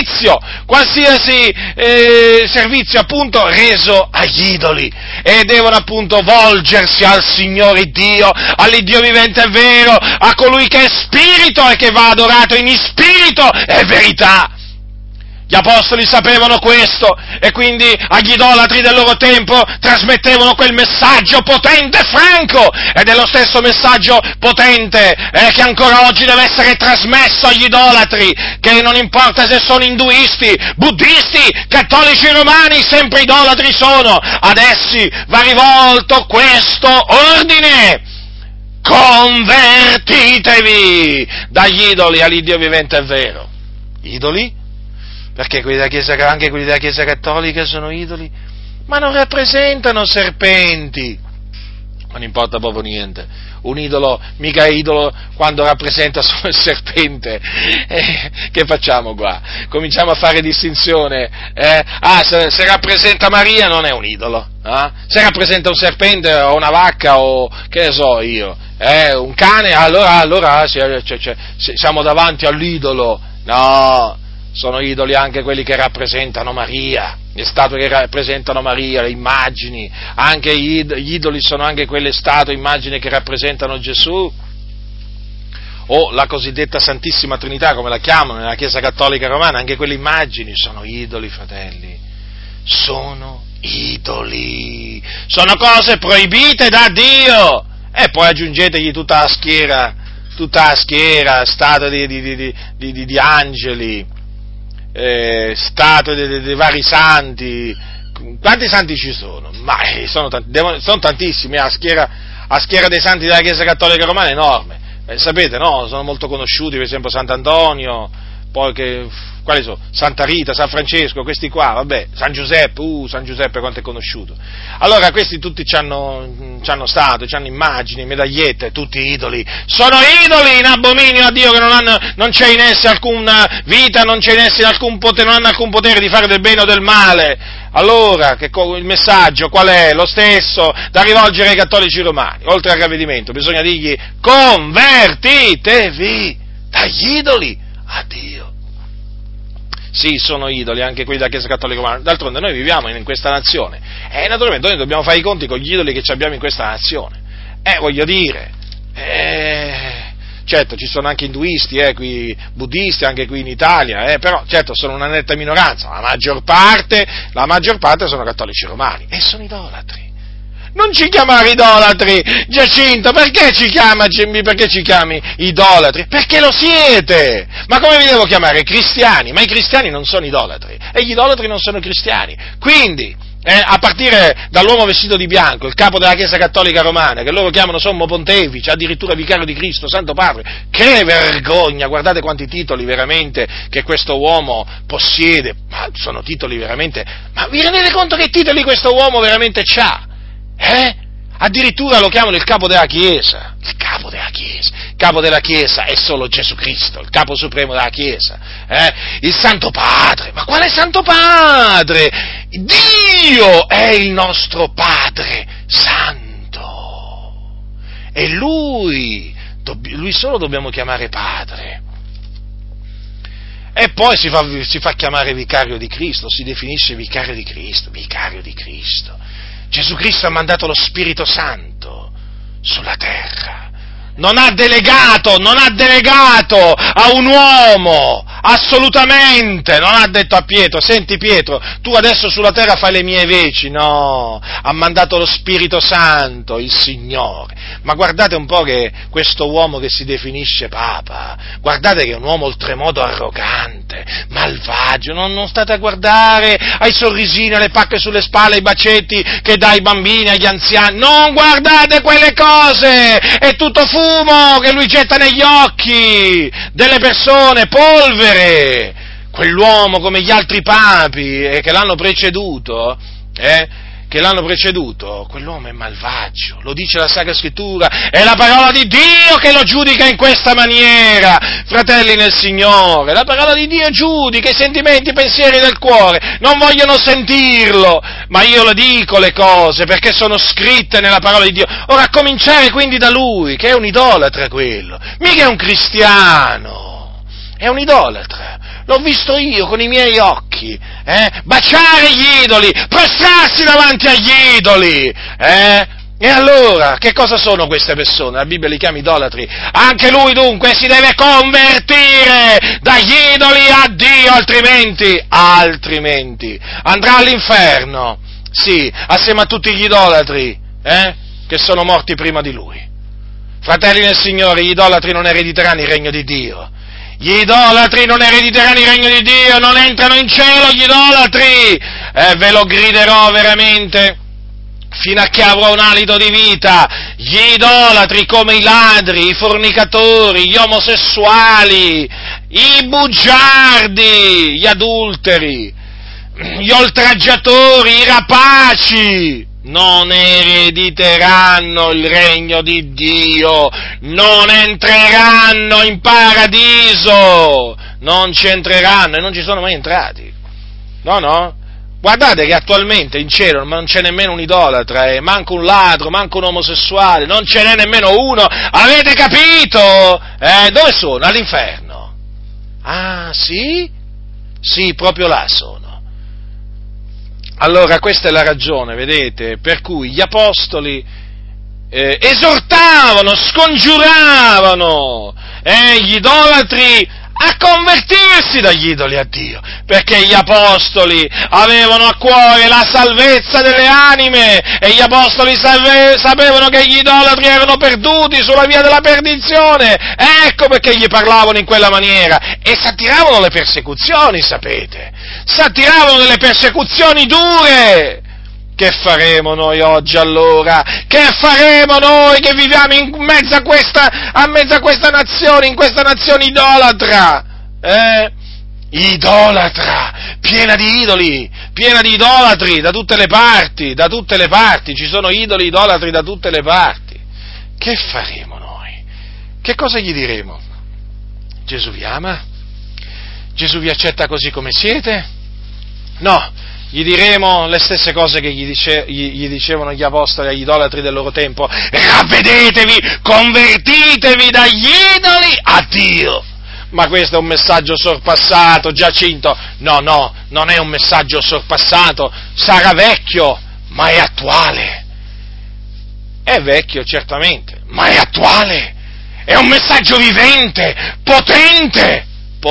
S1: servizio appunto reso agli idoli, e devono appunto volgersi al Signore Dio, all'Iddio vivente e vero, a colui che è spirito e che va adorato in spirito e verità. Gli apostoli sapevano questo, e quindi agli idolatri del loro tempo trasmettevano quel messaggio potente e franco, ed è lo stesso messaggio potente che ancora oggi deve essere trasmesso agli idolatri, che non importa se sono induisti, buddisti, cattolici romani, sempre idolatri sono. Ad essi va rivolto questo ordine: convertitevi dagli idoli all'Iddio vivente e vero. Idoli? Perché anche quelli della Chiesa Cattolica sono idoli? Ma non rappresentano serpenti. Non importa proprio niente. Un idolo, mica è idolo quando rappresenta solo il serpente. Che facciamo qua? Cominciamo a fare distinzione. Se rappresenta Maria non è un idolo. Se rappresenta un serpente o una vacca o che ne so io, un cane, allora siamo davanti all'idolo. No! Sono idoli anche quelli che rappresentano Maria, le statue che rappresentano Maria, le immagini, anche gli idoli sono anche quelle statue, immagini che rappresentano Gesù, o la cosiddetta Santissima Trinità, come la chiamano nella Chiesa Cattolica Romana, anche quelle immagini sono idoli, fratelli, sono idoli, sono cose proibite da Dio, e poi aggiungetegli tutta la schiera, statue di angeli, statue dei vari santi. Quanti santi ci sono? Ma sono tantissimi, a schiera dei santi della Chiesa Cattolica Romana è enorme, sapete, no? Sono molto conosciuti, per esempio Sant'Antonio, quali sono? Santa Rita, San Francesco, questi qua, vabbè, San Giuseppe quanto è conosciuto. Allora questi tutti c'hanno statue, c'hanno immagini, medagliette, tutti idoli. Sono idoli in abominio a Dio, che non c'è in essi alcuna vita, non c'è in essi alcun potere, non hanno alcun potere di fare del bene o del male. Allora, il messaggio qual è? Lo stesso da rivolgere ai cattolici romani. Oltre al ravvedimento bisogna dirgli: convertitevi dagli idoli a Dio. Sì, sono idoli anche quelli della Chiesa Cattolica Romana. D'altronde noi viviamo in questa nazione e naturalmente noi dobbiamo fare i conti con gli idoli che abbiamo in questa nazione. Voglio dire, certo ci sono anche induisti, qui buddisti anche qui in Italia, però certo sono una netta minoranza. La maggior parte sono cattolici romani e sono idolatri. Non ci chiamare idolatri, Giacinto, perché ci chiami idolatri? Perché lo siete! Ma come vi devo chiamare? Cristiani? Ma i cristiani non sono idolatri, e gli idolatri non sono cristiani. Quindi, a partire dall'uomo vestito di bianco, il capo della Chiesa Cattolica Romana, che loro chiamano sommo pontefice, addirittura vicario di Cristo, Santo Padre, che vergogna! Guardate quanti titoli veramente che questo uomo possiede, ma sono titoli veramente, ma vi rendete conto che titoli questo uomo veramente c'ha? Addirittura lo chiamano il capo della Chiesa. Il capo della Chiesa è solo Gesù Cristo, il capo supremo della Chiesa. Il Santo Padre. Ma quale Santo Padre? Dio è il nostro Padre Santo. E Lui solo dobbiamo chiamare Padre. E poi si fa chiamare vicario di Cristo, si definisce vicario di Cristo. Gesù Cristo ha mandato lo Spirito Santo sulla terra, non ha delegato a un uomo, assolutamente, non ha detto a Pietro: senti Pietro, tu adesso sulla terra fai le mie veci, no, ha mandato lo Spirito Santo, il Signore. Ma guardate un po' che questo uomo che si definisce Papa, guardate che è un uomo oltremodo arrogante, malvagio, non state a guardare ai sorrisini, alle pacche sulle spalle, ai bacetti che dà ai bambini, agli anziani, non guardate quelle cose, è tutto fumo che lui getta negli occhi delle persone, polvere. Quell'uomo, come gli altri papi che l'hanno preceduto, quell'uomo è malvagio, lo dice la Sacra Scrittura, è la parola di Dio che lo giudica in questa maniera, fratelli nel Signore. La parola di Dio giudica i sentimenti, i pensieri del cuore, non vogliono sentirlo, ma io le dico le cose perché sono scritte nella parola di Dio. Ora, a cominciare quindi da lui, che è un idolatra quello, mica è un cristiano, è un idolatra. L'ho visto io con i miei occhi, baciare gli idoli, prostrarsi davanti agli idoli, E allora, che cosa sono queste persone? La Bibbia li chiama idolatri. Anche lui dunque si deve convertire dagli idoli a Dio, altrimenti andrà all'inferno, sì, assieme a tutti gli idolatri, che sono morti prima di lui. Fratelli nel Signore, gli idolatri non erediteranno il regno di Dio. Gli idolatri non erediteranno il regno di Dio, non entrano in cielo gli idolatri, ve lo griderò veramente fino a che avrò un alito di vita. Gli idolatri, come i ladri, i fornicatori, gli omosessuali, i bugiardi, gli adulteri, gli oltraggiatori, i rapaci, non erediteranno il regno di Dio, non entreranno in paradiso, non ci entreranno e non ci sono mai entrati. No. Guardate che attualmente in cielo non c'è nemmeno un idolatra, manco un ladro, manco un omosessuale, non ce n'è nemmeno uno, avete capito? Dove sono? All'inferno. Ah, sì? Sì, proprio là sono. Allora, questa è la ragione, vedete, per cui gli apostoli esortavano, scongiuravano gli idolatri a convertirsi dagli idoli a Dio, perché gli apostoli avevano a cuore la salvezza delle anime e gli apostoli sapevano che gli idolatri erano perduti sulla via della perdizione, ecco perché gli parlavano in quella maniera e s'attiravano le persecuzioni, sapete, s'attiravano delle persecuzioni dure. Che faremo noi oggi allora? Che faremo noi che viviamo in mezzo a questa nazione, in questa nazione idolatra? idolatra, piena di idolatri da tutte le parti, ci sono idoli idolatri da tutte le parti. Che faremo noi? Che cosa gli diremo? Gesù vi ama? Gesù vi accetta così come siete? No, gli diremo le stesse cose che gli dicevano gli apostoli agli idolatri del loro tempo: ravvedetevi, convertitevi dagli idoli a Dio. Ma questo è un messaggio sorpassato, Giacinto. No, non è un messaggio sorpassato, sarà vecchio, ma è attuale. È vecchio, certamente, ma è attuale. È un messaggio vivente, potente,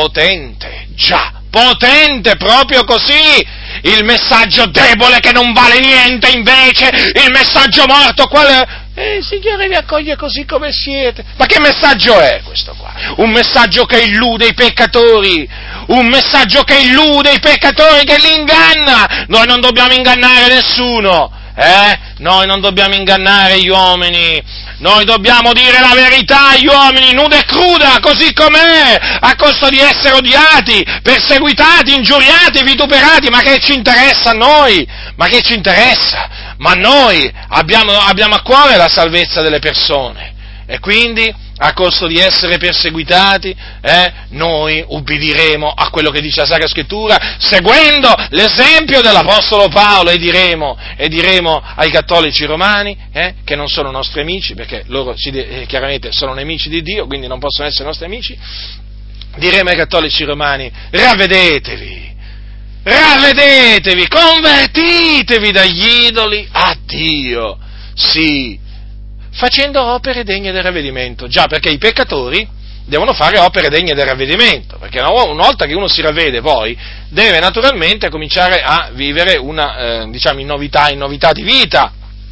S1: proprio così. Il messaggio debole che non vale niente, invece, il messaggio morto, qual è? Il Signore vi accoglie così come siete. Ma che messaggio è questo qua? Un messaggio che illude i peccatori, che li inganna. Noi non dobbiamo ingannare nessuno, Noi non dobbiamo ingannare gli uomini. Noi dobbiamo dire la verità agli uomini, nuda e cruda, così com'è, a costo di essere odiati, perseguitati, ingiuriati, vituperati. Ma che ci interessa a noi? Ma che ci interessa? Ma noi abbiamo a cuore la salvezza delle persone, e quindi, a costo di essere perseguitati, noi ubbidiremo a quello che dice la Sacra Scrittura, seguendo l'esempio dell'Apostolo Paolo, e diremo ai cattolici romani, che non sono nostri amici, perché loro chiaramente sono nemici di Dio, quindi non possono essere nostri amici. Diremo ai cattolici romani: ravvedetevi, convertitevi dagli idoli a Dio, sì, facendo opere degne del ravvedimento. Già, perché i peccatori devono fare opere degne del ravvedimento, perché una volta che uno si ravvede, poi deve naturalmente cominciare a vivere una, in novità di vita.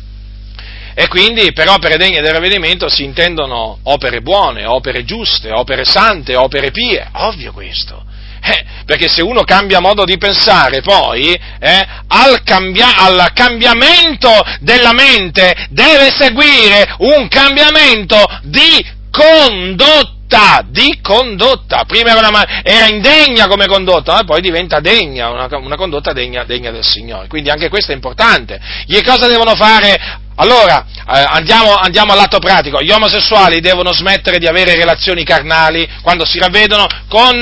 S1: E quindi per opere degne del ravvedimento si intendono opere buone, opere giuste, opere sante, opere pie, ovvio questo. Perché se uno cambia modo di pensare, poi al cambiamento della mente deve seguire un cambiamento di condotta. Prima era indegna come condotta, ma poi diventa degna, una condotta degna del Signore. Quindi anche questo è importante. Che cosa devono fare? Allora, andiamo all'atto pratico. Gli omosessuali devono smettere di avere relazioni carnali quando si ravvedono con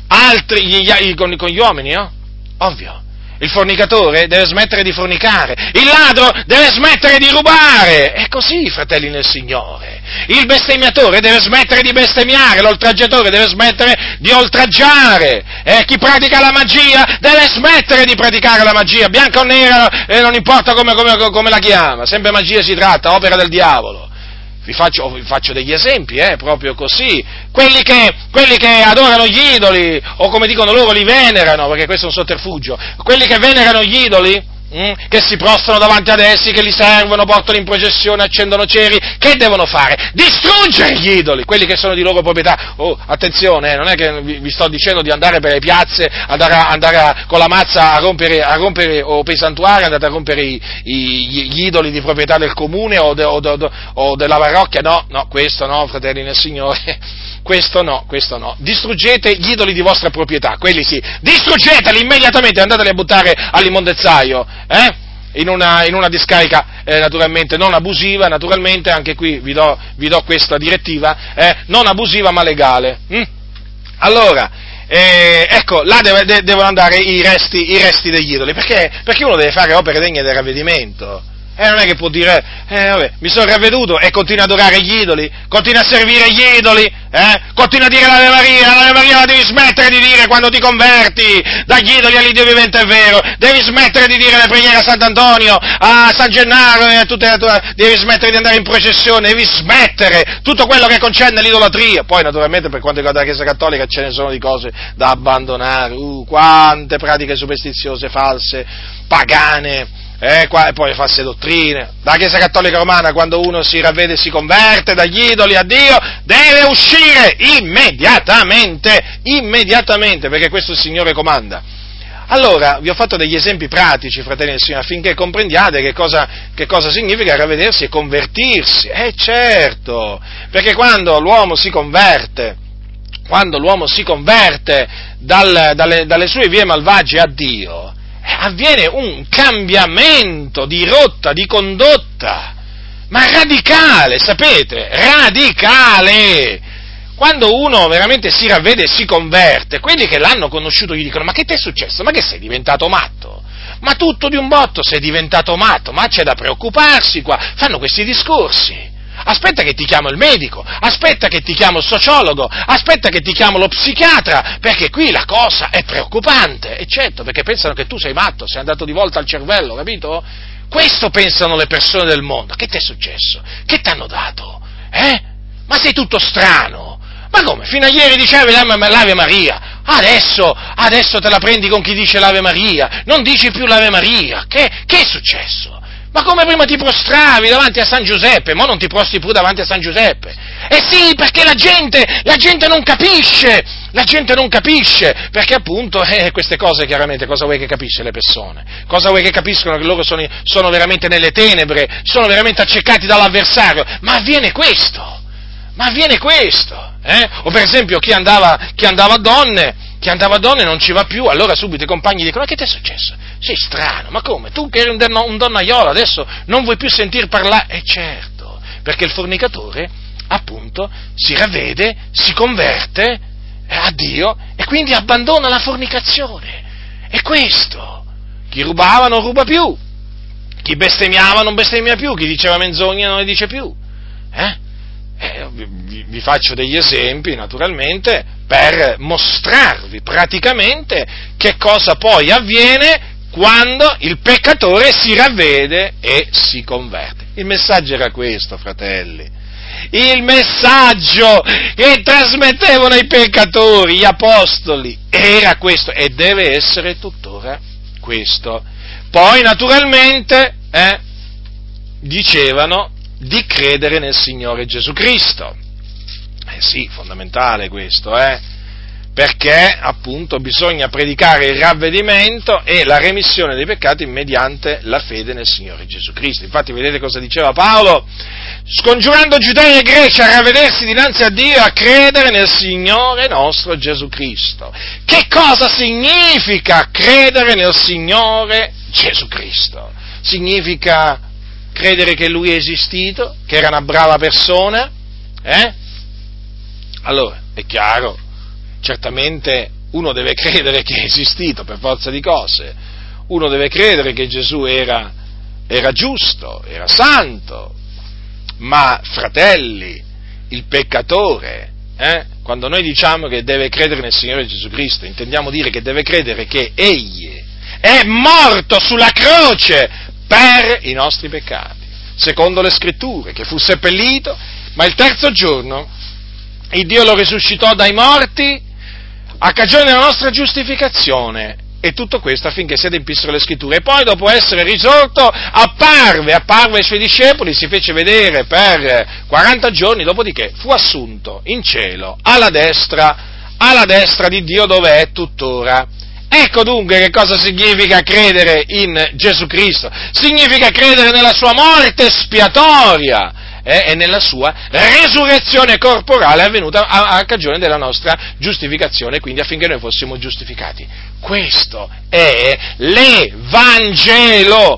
S1: con gli uomini, no? Ovvio. Il fornicatore deve smettere di fornicare, il ladro deve smettere di rubare, è così, fratelli nel Signore. Il bestemmiatore deve smettere di bestemmiare, l'oltraggiatore deve smettere di oltraggiare, chi pratica la magia deve smettere di praticare la magia, bianca o nera, non importa come la chiama, sempre magia si tratta, opera del diavolo. Vi faccio degli esempi, proprio così. Quelli che adorano gli idoli, o come dicono loro, li venerano, perché questo è un sotterfugio. Quelli che venerano gli idoli, che si prostrano davanti ad essi, che li servono, portano in processione, accendono ceri, che devono fare? Distruggere gli idoli, quelli che sono di loro proprietà. Oh, attenzione, non è che vi sto dicendo di andare per le piazze, andare con la mazza a rompere, o per i santuari, andate a rompere gli idoli di proprietà del comune o della parrocchia. No, questo no, fratelli nel Signore, questo no. Distruggete gli idoli di vostra proprietà, quelli sì, distruggeteli immediatamente, andateli a buttare all'immondezzaio, in una discarica naturalmente non abusiva, naturalmente anche qui vi do questa direttiva, non abusiva ma legale. Allora, ecco, là devono andare i resti degli idoli, perché uno deve fare opere degne del ravvedimento. Non è che può dire, vabbè, mi sono ravveduto e continua ad adorare gli idoli, continua a servire gli idoli, continua a dire l'Ave Maria la devi smettere di dire quando ti converti dagli idoli all'Iddio vivente e vero, devi smettere di dire le preghiere a Sant'Antonio, a San Gennaro, devi smettere di andare in processione, devi smettere tutto quello che concerne l'idolatria. Poi naturalmente per quanto riguarda la Chiesa Cattolica ce ne sono di cose da abbandonare, quante pratiche superstiziose, false, pagane, e poi false dottrine. La Chiesa Cattolica Romana, quando uno si ravvede e si converte dagli idoli a Dio, deve uscire immediatamente, perché questo il Signore comanda. Allora, vi ho fatto degli esempi pratici, fratelli del Signore, affinché comprendiate che cosa significa ravvedersi e convertirsi. Certo, perché quando l'uomo si converte, quando l'uomo si converte dalle sue vie malvagie a Dio, avviene un cambiamento di rotta, di condotta, ma radicale, sapete? Radicale! Quando uno veramente si ravvede e si converte, quelli che l'hanno conosciuto gli dicono: ma che ti è successo? Ma che sei diventato matto? Ma tutto di un botto sei diventato matto, ma c'è da preoccuparsi qua, fanno questi discorsi. Aspetta che ti chiamo il medico, aspetta che ti chiamo il sociologo, aspetta che ti chiamo lo psichiatra, perché qui la cosa è preoccupante. E certo, perché pensano che tu sei matto, sei andato di volta al cervello, capito? Questo pensano le persone del mondo. Che ti è successo? Che ti hanno dato? Ma sei tutto strano. Ma come? Fino a ieri dicevi l'Ave Maria, adesso te la prendi con chi dice l'Ave Maria, non dici più l'Ave Maria. Che è successo? Ma come prima ti prostravi davanti a San Giuseppe, mo non ti prostri più davanti a San Giuseppe? Sì, perché la gente non capisce, perché appunto queste cose chiaramente, cosa vuoi che capisce le persone? Cosa vuoi che capiscono? Che loro sono veramente nelle tenebre, sono veramente accecati dall'avversario, ma avviene questo, O per esempio chi andava a donne non ci va più, allora subito i compagni dicono: ma che ti è successo? Sei strano, ma come? Tu che eri un donnaiolo adesso non vuoi più sentir parlare? Certo, perché il fornicatore appunto si ravvede, si converte a Dio e quindi abbandona la fornicazione. E questo, chi rubava non ruba più, chi bestemmiava non bestemmia più, chi diceva menzogne non ne dice più. Vi faccio degli esempi, naturalmente, per mostrarvi praticamente che cosa poi avviene quando il peccatore si ravvede e si converte. Il messaggio era questo, fratelli. Il messaggio che trasmettevano i peccatori, gli apostoli, era questo e deve essere tuttora questo. Poi, naturalmente, dicevano di credere nel Signore Gesù Cristo. Sì, fondamentale questo, perché appunto bisogna predicare il ravvedimento e la remissione dei peccati mediante la fede nel Signore Gesù Cristo. Infatti vedete cosa diceva Paolo? Scongiurando Giudei e Greci a ravvedersi dinanzi a Dio e a credere nel Signore nostro Gesù Cristo. Che cosa significa credere nel Signore Gesù Cristo? Significa credere che Lui è esistito, che era una brava persona, Allora, è chiaro, certamente uno deve credere che è esistito per forza di cose, uno deve credere che Gesù era giusto, era santo, ma fratelli, il peccatore, quando noi diciamo che deve credere nel Signore Gesù Cristo, intendiamo dire che deve credere che Egli è morto sulla croce per i nostri peccati, secondo le Scritture, che fu seppellito, ma il terzo giorno il Dio lo risuscitò dai morti a cagione della nostra giustificazione, e tutto questo affinché si adempissero le Scritture. E poi, dopo essere risorto, apparve ai suoi discepoli, si fece vedere per 40 giorni, dopodiché fu assunto in cielo alla destra di Dio, dove è tuttora. Ecco dunque che cosa significa credere in Gesù Cristo. Significa credere nella sua morte espiatoria e nella sua resurrezione corporale avvenuta a cagione della nostra giustificazione, quindi affinché noi fossimo giustificati. Questo è l'Evangelo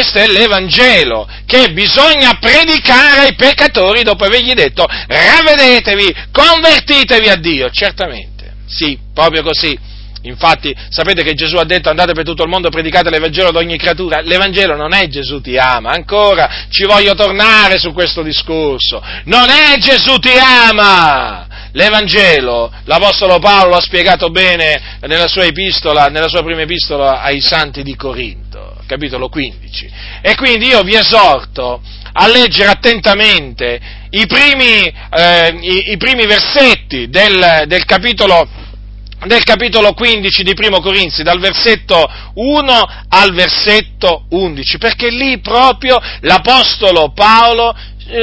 S1: che bisogna predicare ai peccatori dopo avergli detto: ravvedetevi, convertitevi a Dio. Certamente, sì, proprio così. Infatti, sapete che Gesù ha detto: andate per tutto il mondo e predicate l'Evangelo ad ogni creatura. L'Evangelo non è Gesù ti ama, ancora ci voglio tornare su questo discorso. Non è Gesù ti ama! L'Evangelo, l'Apostolo Paolo l'ha spiegato bene nella sua prima epistola ai Santi di Corinto, capitolo 15. E quindi io vi esorto a leggere attentamente i primi versetti del capitolo 15 di Primo Corinzi, dal versetto 1 al versetto 11, perché lì proprio l'Apostolo Paolo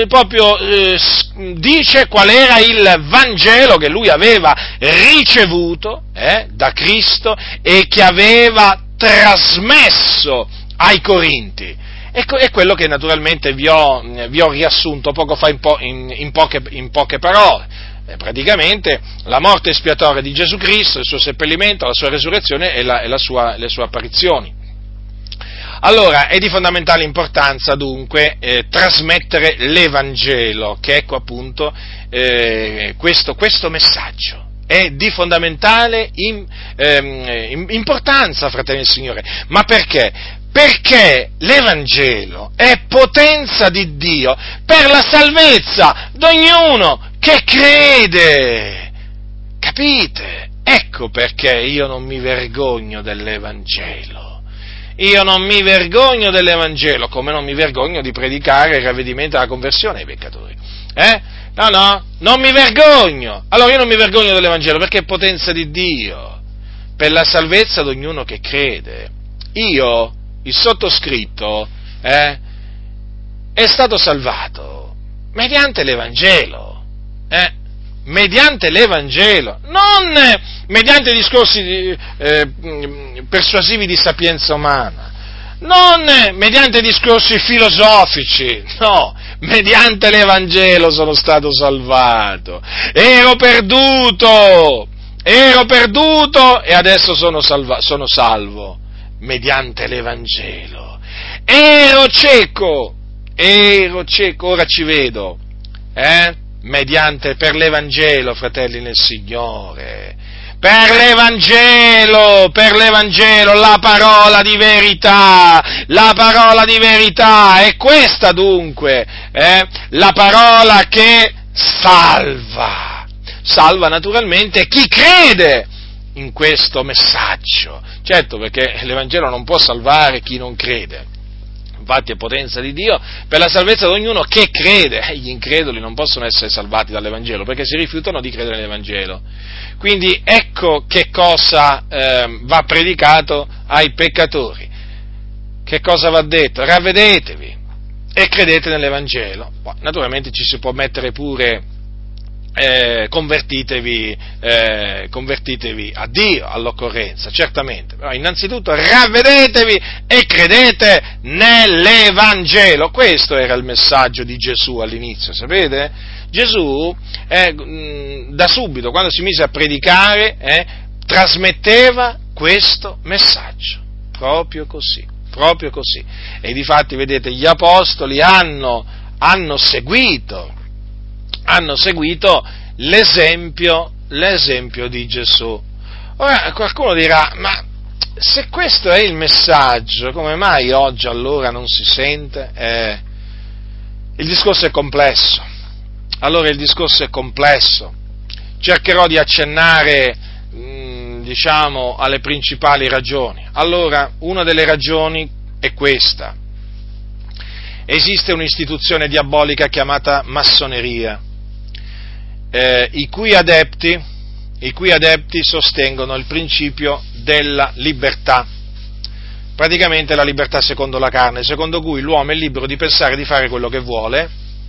S1: dice qual era il Vangelo che lui aveva ricevuto da Cristo e che aveva trasmesso ai Corinti. È quello che naturalmente vi ho riassunto poco fa in poche parole. praticamente la morte espiatoria di Gesù Cristo, il suo seppellimento, la sua resurrezione e le sue apparizioni. Allora, è di fondamentale importanza dunque trasmettere l'Evangelo, che ecco appunto questo messaggio. È di fondamentale importanza, fratelli del Signore. Ma perché? Perché l'Evangelo è potenza di Dio per la salvezza di ognuno che crede. Capite? Ecco perché io non mi vergogno dell'Evangelo. Io non mi vergogno dell'Evangelo, come non mi vergogno di predicare il ravvedimento e la conversione ai peccatori. No, non mi vergogno. Allora io non mi vergogno dell'Evangelo perché è potenza di Dio, per la salvezza di ognuno che crede. Io, il sottoscritto, è stato salvato mediante l'Evangelo, mediante l'Evangelo, non mediante discorsi persuasivi di sapienza umana, non mediante discorsi filosofici, no, mediante l'Evangelo sono stato salvato, ero perduto e adesso sono salvo, mediante l'Evangelo. Ero cieco, ora ci vedo, per l'Evangelo, fratelli nel Signore, per l'Evangelo, la parola di verità, è questa dunque, la parola che salva naturalmente chi crede in questo messaggio, certo, perché l'Evangelo non può salvare chi non crede. Infatti è potenza di Dio per la salvezza di ognuno che crede. Gli increduli non possono essere salvati dall'Evangelo perché si rifiutano di credere nell'Evangelo. Quindi ecco che cosa va predicato ai peccatori. Che cosa va detto? Ravvedetevi e credete nell'Evangelo. Poi, naturalmente ci si può mettere pure convertitevi a Dio all'occorrenza, certamente, però innanzitutto ravvedetevi e credete nell'Evangelo. Questo era il messaggio di Gesù all'inizio, sapete? Gesù da subito, quando si mise a predicare, trasmetteva questo messaggio, proprio così, e difatti vedete gli apostoli hanno seguito l'esempio di Gesù. Ora qualcuno dirà, ma se questo è il messaggio, come mai oggi allora non si sente? Il discorso è complesso. Allora il discorso è complesso. Cercherò di accennare, alle principali ragioni. Allora, una delle ragioni è questa. Esiste un'istituzione diabolica chiamata massoneria, i cui adepti sostengono il principio della libertà, praticamente la libertà secondo la carne, secondo cui l'uomo è libero di pensare e di fare quello che vuole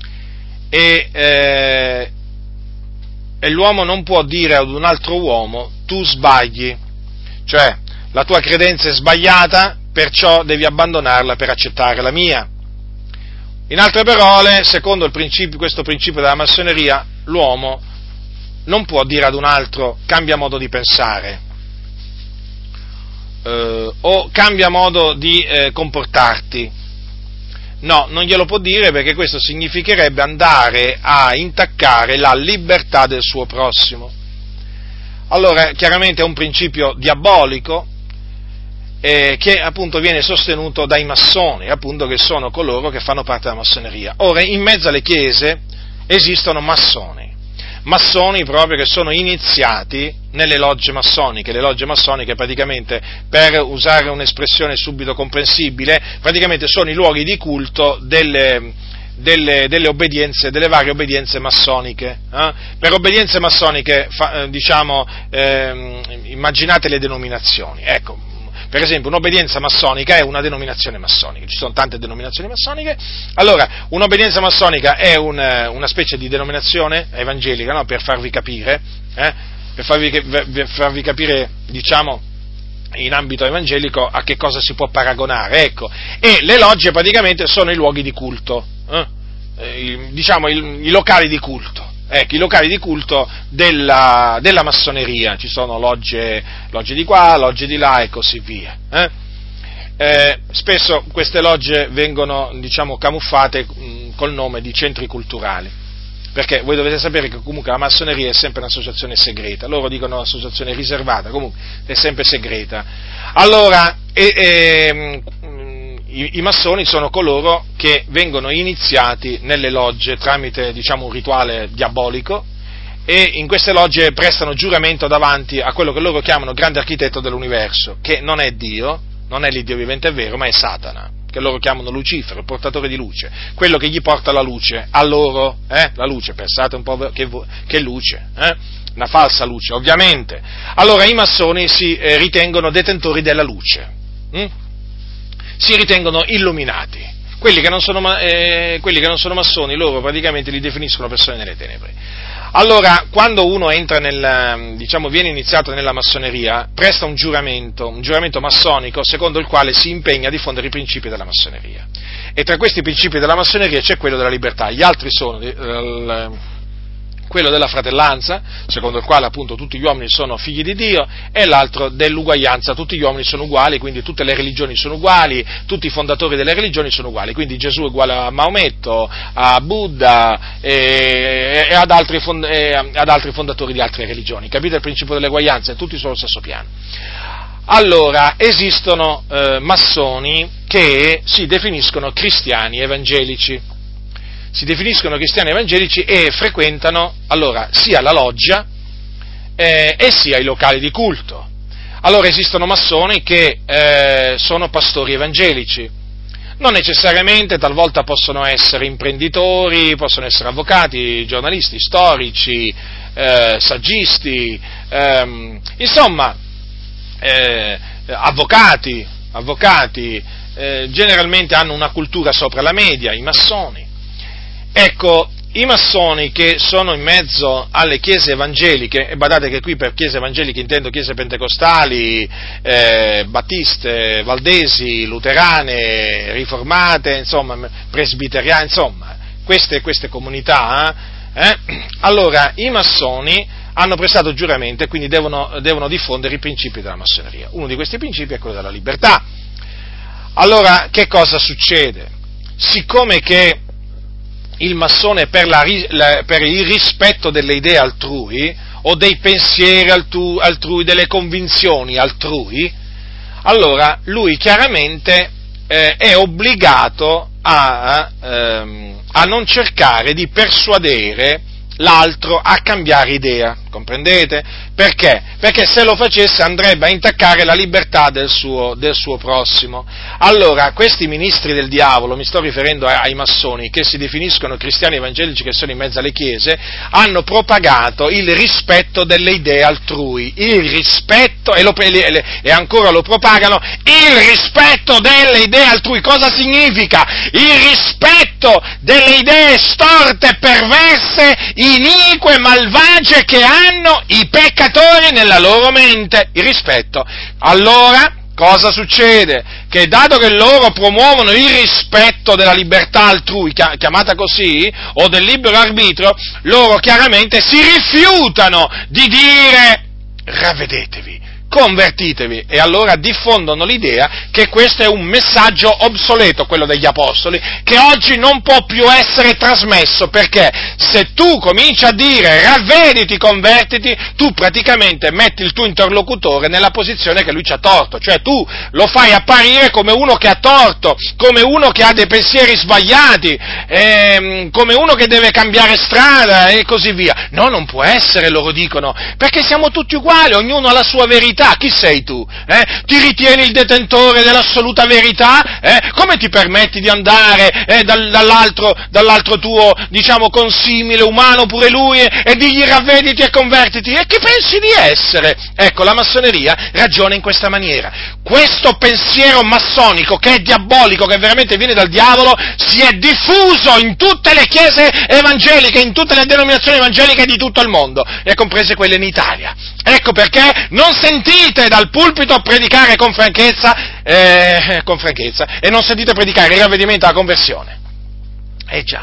S1: e l'uomo non può dire ad un altro uomo tu sbagli, cioè la tua credenza è sbagliata, perciò devi abbandonarla per accettare la mia. In altre parole, secondo questo principio della massoneria, l'uomo non può dire ad un altro cambia modo di pensare o cambia modo di comportarti. No, non glielo può dire perché questo significherebbe andare a intaccare la libertà del suo prossimo. Allora, chiaramente è un principio diabolico che appunto viene sostenuto dai massoni, appunto che sono coloro che fanno parte della massoneria. Ora, in mezzo alle chiese esistono massoni proprio che sono iniziati nelle logge massoniche. Le logge massoniche praticamente, per usare un'espressione subito comprensibile, praticamente sono i luoghi di culto delle obbedienze, delle varie obbedienze massoniche. Per obbedienze massoniche, immaginate le denominazioni, ecco. Per esempio, un'obbedienza massonica è una denominazione massonica, ci sono tante denominazioni massoniche. Allora, un'obbedienza massonica è una specie di denominazione evangelica, no? Per farvi capire, per farvi capire, in ambito evangelico a che cosa si può paragonare, ecco. E le logge praticamente sono i luoghi di culto, i locali di culto, Ecco, i locali di culto della massoneria, ci sono logge di qua, logge di là e così via. Spesso queste logge vengono, camuffate col nome di centri culturali, perché voi dovete sapere che comunque la massoneria è sempre un'associazione segreta, loro dicono associazione riservata, comunque è sempre segreta. Allora, i massoni sono coloro che vengono iniziati nelle logge tramite, un rituale diabolico, e in queste logge prestano giuramento davanti a quello che loro chiamano grande architetto dell'universo, che non è Dio, non è l'Iddio vivente è vero, ma è Satana, che loro chiamano Lucifero, il portatore di luce, quello che gli porta la luce a loro, la luce, pensate un po' che luce, una falsa luce, ovviamente. Allora i massoni si ritengono detentori della luce, si ritengono illuminati. Quelli che non sono massoni, loro praticamente li definiscono persone nelle tenebre. Allora, quando uno entra viene iniziato nella massoneria, presta un giuramento massonico, secondo il quale si impegna a diffondere i principi della massoneria. E tra questi principi della massoneria c'è quello della libertà, gli altri sono quello della fratellanza, secondo il quale appunto tutti gli uomini sono figli di Dio, e l'altro dell'uguaglianza, tutti gli uomini sono uguali, quindi tutte le religioni sono uguali, tutti i fondatori delle religioni sono uguali, quindi Gesù è uguale a Maometto, a Buddha e ad altri fondatori di altre religioni. Capite il principio dell'uguaglianza? Tutti sullo stesso piano. Allora, esistono massoni che si definiscono cristiani evangelici. E frequentano allora sia la loggia e sia i locali di culto. Allora esistono massoni che sono pastori evangelici, non necessariamente, talvolta possono essere imprenditori, possono essere avvocati, giornalisti, storici, saggisti, avvocati, generalmente hanno una cultura sopra la media, i massoni. Ecco, i massoni che sono in mezzo alle chiese evangeliche, e badate che qui per chiese evangeliche intendo chiese pentecostali, battiste, valdesi, luterane, riformate, presbiteriane, queste comunità, allora i massoni hanno prestato giuramento e quindi devono diffondere i principi della massoneria. Uno di questi principi è quello della libertà. Allora, che cosa succede? Siccome che il massone per il rispetto delle idee altrui, o dei pensieri altrui, delle convinzioni altrui, allora lui chiaramente è obbligato a non cercare di persuadere l'altro a cambiare idea, comprendete? Perché? Perché se lo facesse andrebbe a intaccare la libertà del suo prossimo. Allora, questi ministri del diavolo, mi sto riferendo ai massoni, che si definiscono cristiani evangelici, che sono in mezzo alle chiese, hanno propagato il rispetto delle idee altrui, e ancora lo propagano, il rispetto delle idee altrui. Cosa significa? Il rispetto delle idee storte, perverse, inique, malvagie che hanno i peccatori nella loro mente, il rispetto. Allora, cosa succede? Che dato che loro promuovono il rispetto della libertà altrui, chiamata così, o del libero arbitrio, loro chiaramente si rifiutano di dire ravvedetevi, convertitevi, e allora diffondono l'idea che questo è un messaggio obsoleto, quello degli apostoli, che oggi non può più essere trasmesso, perché se tu cominci a dire ravvediti, convertiti, tu praticamente metti il tuo interlocutore nella posizione che lui ci ha torto, cioè tu lo fai apparire come uno che ha torto, come uno che ha dei pensieri sbagliati, come uno che deve cambiare strada e così via. No, non può essere, loro dicono, perché siamo tutti uguali, ognuno ha la sua verità. Chi sei tu? Ti ritieni il detentore dell'assoluta verità? Come ti permetti di andare dall'altro tuo, consimile umano, pure lui, e digli ravvediti e convertiti? E chi pensi di essere? Ecco, la massoneria ragiona in questa maniera. Questo pensiero massonico, che è diabolico, che veramente viene dal diavolo, si è diffuso in tutte le chiese evangeliche, in tutte le denominazioni evangeliche di tutto il mondo, e comprese quelle in Italia. Ecco perché non sentite dal pulpito predicare con franchezza, e non sentite predicare il ravvedimento alla conversione. Già,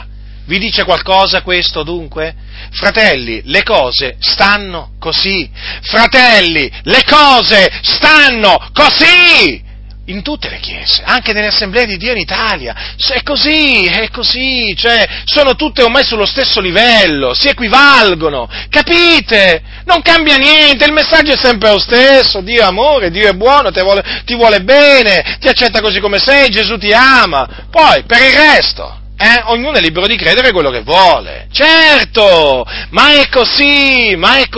S1: Vi dice qualcosa questo dunque? Fratelli, le cose stanno così. Fratelli, le cose stanno così! In tutte le chiese, anche nelle assemblee di Dio in Italia, è così, cioè, sono tutte ormai sullo stesso livello, si equivalgono, capite? Non cambia niente, il messaggio è sempre lo stesso, Dio è amore, Dio è buono, ti vuole bene, ti accetta così come sei, Gesù ti ama, poi, per il resto, ognuno è libero di credere quello che vuole, certo, ma è così,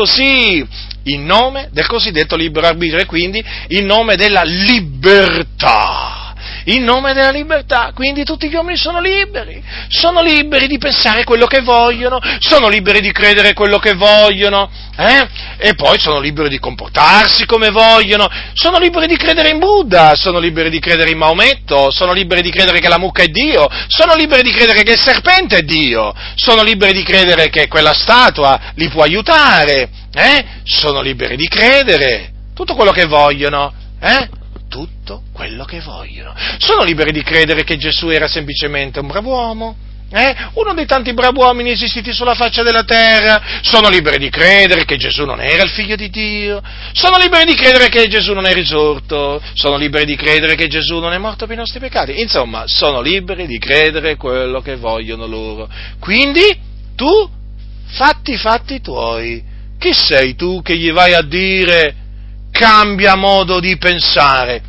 S1: in nome del cosiddetto libero arbitrio e quindi in nome della libertà. In nome della libertà, quindi tutti gli uomini sono liberi di pensare quello che vogliono, sono liberi di credere quello che vogliono, e poi sono liberi di comportarsi come vogliono, sono liberi di credere in Buddha, sono liberi di credere in Maometto, sono liberi di credere che la mucca è Dio, sono liberi di credere che il serpente è Dio, sono liberi di credere che quella statua li può aiutare, sono liberi di credere tutto quello che vogliono, tutto quello che vogliono. Sono liberi di credere che Gesù era semplicemente un brav'uomo, uno dei tanti brav'uomini esistiti sulla faccia della terra. Sono liberi di credere che Gesù non era il figlio di Dio. Sono liberi di credere che Gesù non è risorto. Sono liberi di credere che Gesù non è morto per i nostri peccati. Insomma, sono liberi di credere quello che vogliono loro. Quindi, tu, fatti i fatti tuoi. Chi sei tu che gli vai a dire cambia modo di pensare?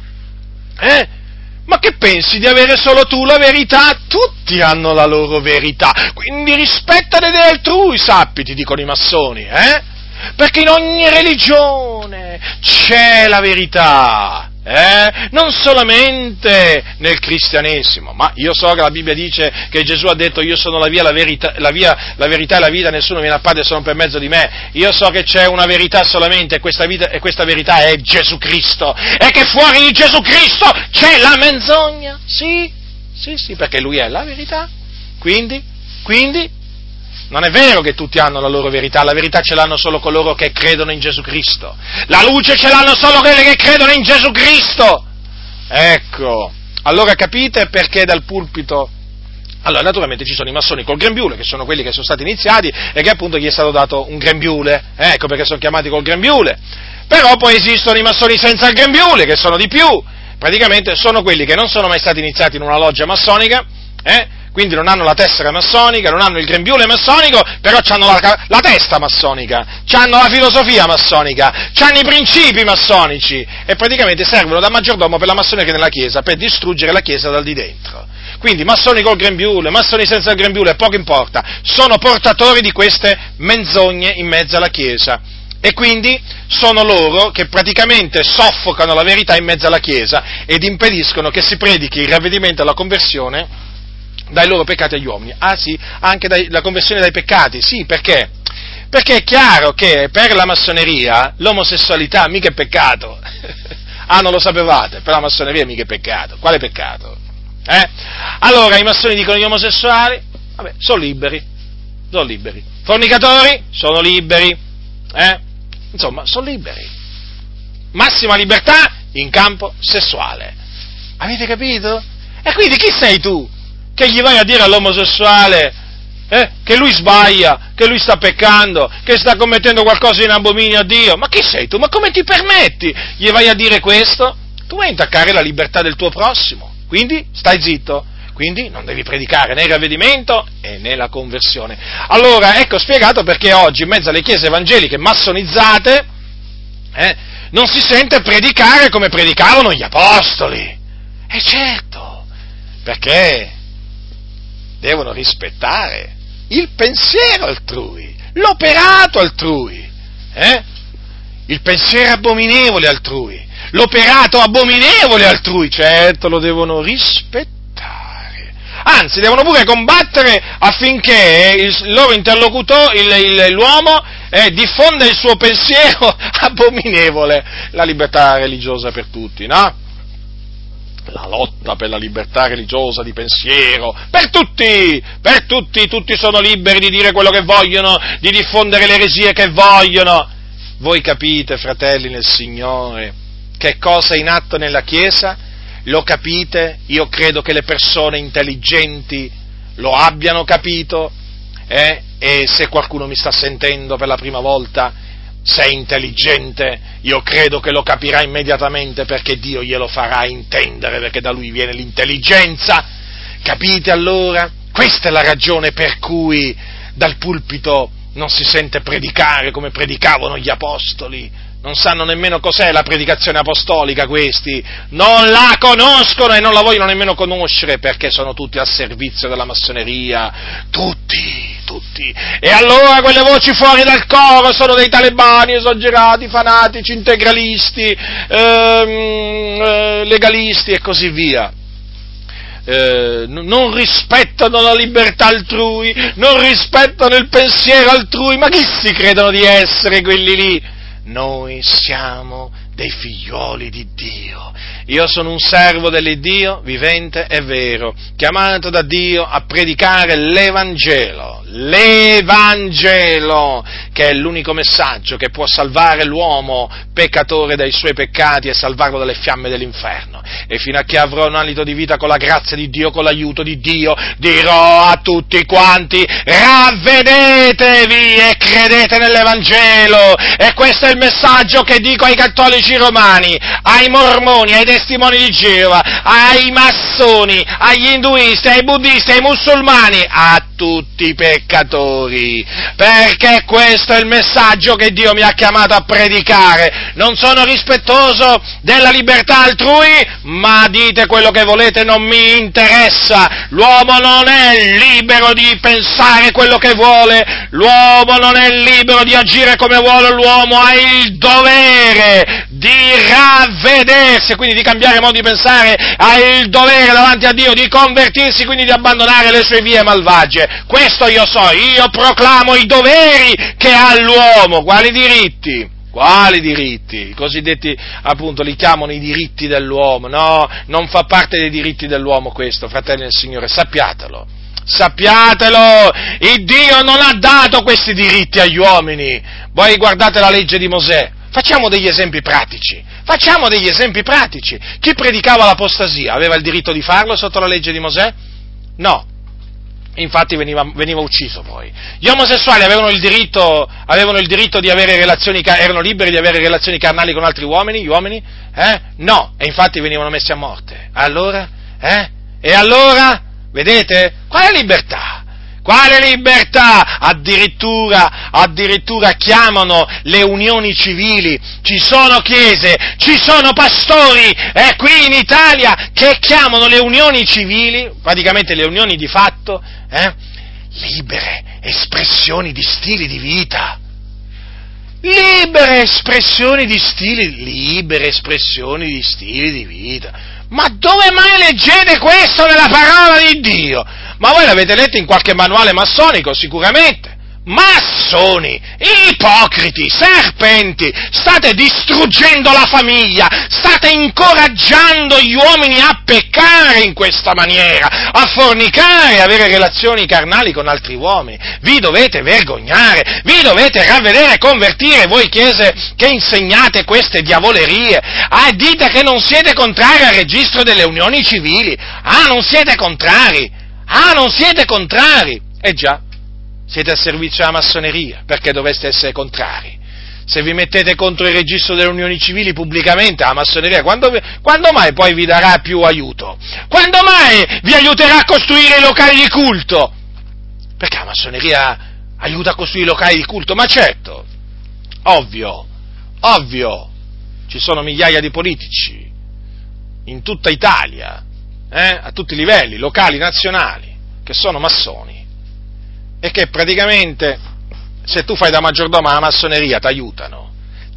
S1: Ma che pensi di avere solo tu la verità? Tutti hanno la loro verità, quindi rispetta le idee altrui, sappi, ti dicono i massoni, perché in ogni religione c'è la verità, non solamente nel cristianesimo, ma io so che la Bibbia dice che Gesù ha detto io sono la via, la verità e la vita, nessuno viene al Padre se non per mezzo di me. Io so che c'è una verità solamente e questa verità è Gesù Cristo, e che fuori di Gesù Cristo c'è la menzogna, sì, perché Lui è la verità, quindi non è vero che tutti hanno la loro verità, la verità ce l'hanno solo coloro che credono in Gesù Cristo, la luce ce l'hanno solo quelli che credono in Gesù Cristo. Ecco, allora capite perché dal pulpito. Allora, naturalmente ci sono i massoni col grembiule, che sono quelli che sono stati iniziati e che appunto gli è stato dato un grembiule, ecco perché sono chiamati col grembiule. Però poi esistono i massoni senza il grembiule, che sono di più, praticamente sono quelli che non sono mai stati iniziati in una loggia massonica, quindi non hanno la tessera massonica, non hanno il grembiule massonico, però hanno la testa massonica, hanno la filosofia massonica, hanno i principi massonici e praticamente servono da maggiordomo per la massoneria nella Chiesa, per distruggere la Chiesa dal di dentro. Quindi massoni col grembiule, massoni senza il grembiule, poco importa, sono portatori di queste menzogne in mezzo alla Chiesa. E quindi sono loro che praticamente soffocano la verità in mezzo alla Chiesa ed impediscono che si predichi il ravvedimento e la conversione dai loro peccati agli uomini. Ah sì, anche la conversione dai peccati, sì, perché? Perché è chiaro che per la massoneria l'omosessualità mica è peccato. Non lo sapevate? Per la massoneria mica è peccato. Quale peccato? Allora i massoni dicono gli omosessuali, vabbè, sono liberi. Fornicatori, sono liberi. Insomma, sono liberi. Massima libertà in campo sessuale. Avete capito? E quindi chi sei tu che gli vai a dire all'omosessuale che lui sbaglia, che lui sta peccando, che sta commettendo qualcosa in abominio a Dio? Ma chi sei tu? Ma come ti permetti? Gli vai a dire questo? Tu vai a intaccare la libertà del tuo prossimo, quindi stai zitto. Quindi non devi predicare né il ravvedimento né la conversione. Allora, ecco spiegato perché oggi in mezzo alle chiese evangeliche massonizzate non si sente predicare come predicavano gli apostoli. Certo, perché devono rispettare il pensiero altrui, l'operato altrui, il pensiero abominevole altrui, l'operato abominevole altrui, certo lo devono rispettare. Anzi, devono pure combattere affinché il loro interlocutore, l'uomo, diffonda il suo pensiero abominevole, la libertà religiosa per tutti, no? La lotta per la libertà religiosa di pensiero, per tutti sono liberi di dire quello che vogliono, di diffondere le eresie che vogliono. Voi capite, fratelli nel Signore, che cosa è in atto nella Chiesa? Lo capite? Io credo che le persone intelligenti lo abbiano capito, e se qualcuno mi sta sentendo per la prima volta, se è intelligente, io credo che lo capirà immediatamente, perché Dio glielo farà intendere, perché da Lui viene l'intelligenza. Capite allora? Questa è la ragione per cui dal pulpito non si sente predicare come predicavano gli apostoli. Non sanno nemmeno cos'è la predicazione apostolica questi, non la conoscono e non la vogliono nemmeno conoscere, perché sono tutti al servizio della massoneria, tutti. E allora quelle voci fuori dal coro sono dei talebani esagerati, fanatici, integralisti, legalisti e così via. Non rispettano la libertà altrui, non rispettano il pensiero altrui, ma chi si credono di essere quelli lì? Noi siamo dei figlioli di Dio. Io sono un servo dell'Iddio vivente e vero, chiamato da Dio a predicare l'Evangelo, che è l'unico messaggio che può salvare l'uomo peccatore dai suoi peccati e salvarlo dalle fiamme dell'inferno. E fino a che avrò un alito di vita, con la grazia di Dio, con l'aiuto di Dio, dirò a tutti quanti: ravvedetevi e credete nell'Evangelo. E questo è il messaggio che dico ai cattolici romani, ai mormoni, ai testimoni di Geova, ai massoni, agli induisti, ai buddisti, ai musulmani, a tutti i peccatori, perché questo è il messaggio che Dio mi ha chiamato a predicare. Non sono rispettoso della libertà altrui, ma dite quello che volete, non mi interessa. L'uomo non è libero di pensare quello che vuole, l'uomo non è libero di agire come vuole, l'uomo ha il dovere di ravvedersi, quindi di cambiare modo di pensare, ha il dovere davanti a Dio di convertirsi, quindi di abbandonare le sue vie malvagie. Questo io so, io proclamo i doveri che ha l'uomo. Quali diritti? Quali diritti? I cosiddetti, appunto, li chiamano i diritti dell'uomo. No, non fa parte dei diritti dell'uomo questo, fratelli del Signore, sappiatelo. Il Dio non ha dato questi diritti agli uomini. Voi guardate la legge di Mosè. Facciamo degli esempi pratici. Chi predicava l'apostasia aveva il diritto di farlo sotto la legge di Mosè? No. Infatti veniva ucciso poi. Gli omosessuali avevano il diritto di avere relazioni, erano liberi di avere relazioni carnali con altri uomini, gli uomini? No, e infatti venivano messi a morte. Allora? E allora? Vedete? Quale libertà? Addirittura chiamano le unioni civili, ci sono chiese, ci sono pastori, qui in Italia, che chiamano le unioni civili, praticamente le unioni di fatto, libere espressioni di stili di vita. Libere espressioni di stili di vita. Ma dove mai leggete questo nella parola di Dio? Ma voi l'avete letto in qualche manuale massonico? Sicuramente. Massoni, ipocriti, serpenti, state distruggendo la famiglia, state incoraggiando gli uomini a peccare in questa maniera, a fornicare, a avere relazioni carnali con altri uomini. Vi dovete vergognare, vi dovete ravvedere e convertire, voi chiese che insegnate queste diavolerie. Dite che non siete contrari al registro delle unioni civili. Non siete contrari. Già. Siete a servizio della massoneria, perché dovreste essere contrari. Se vi mettete contro il registro delle unioni civili pubblicamente, la massoneria, quando mai poi vi darà più aiuto? Quando mai vi aiuterà a costruire i locali di culto? Perché la massoneria aiuta a costruire i locali di culto? Ma certo, ovvio, ci sono migliaia di politici in tutta Italia, a tutti i livelli, locali, nazionali, che sono massoni. E che praticamente, se tu fai da maggiordomo alla massoneria, t'aiutano,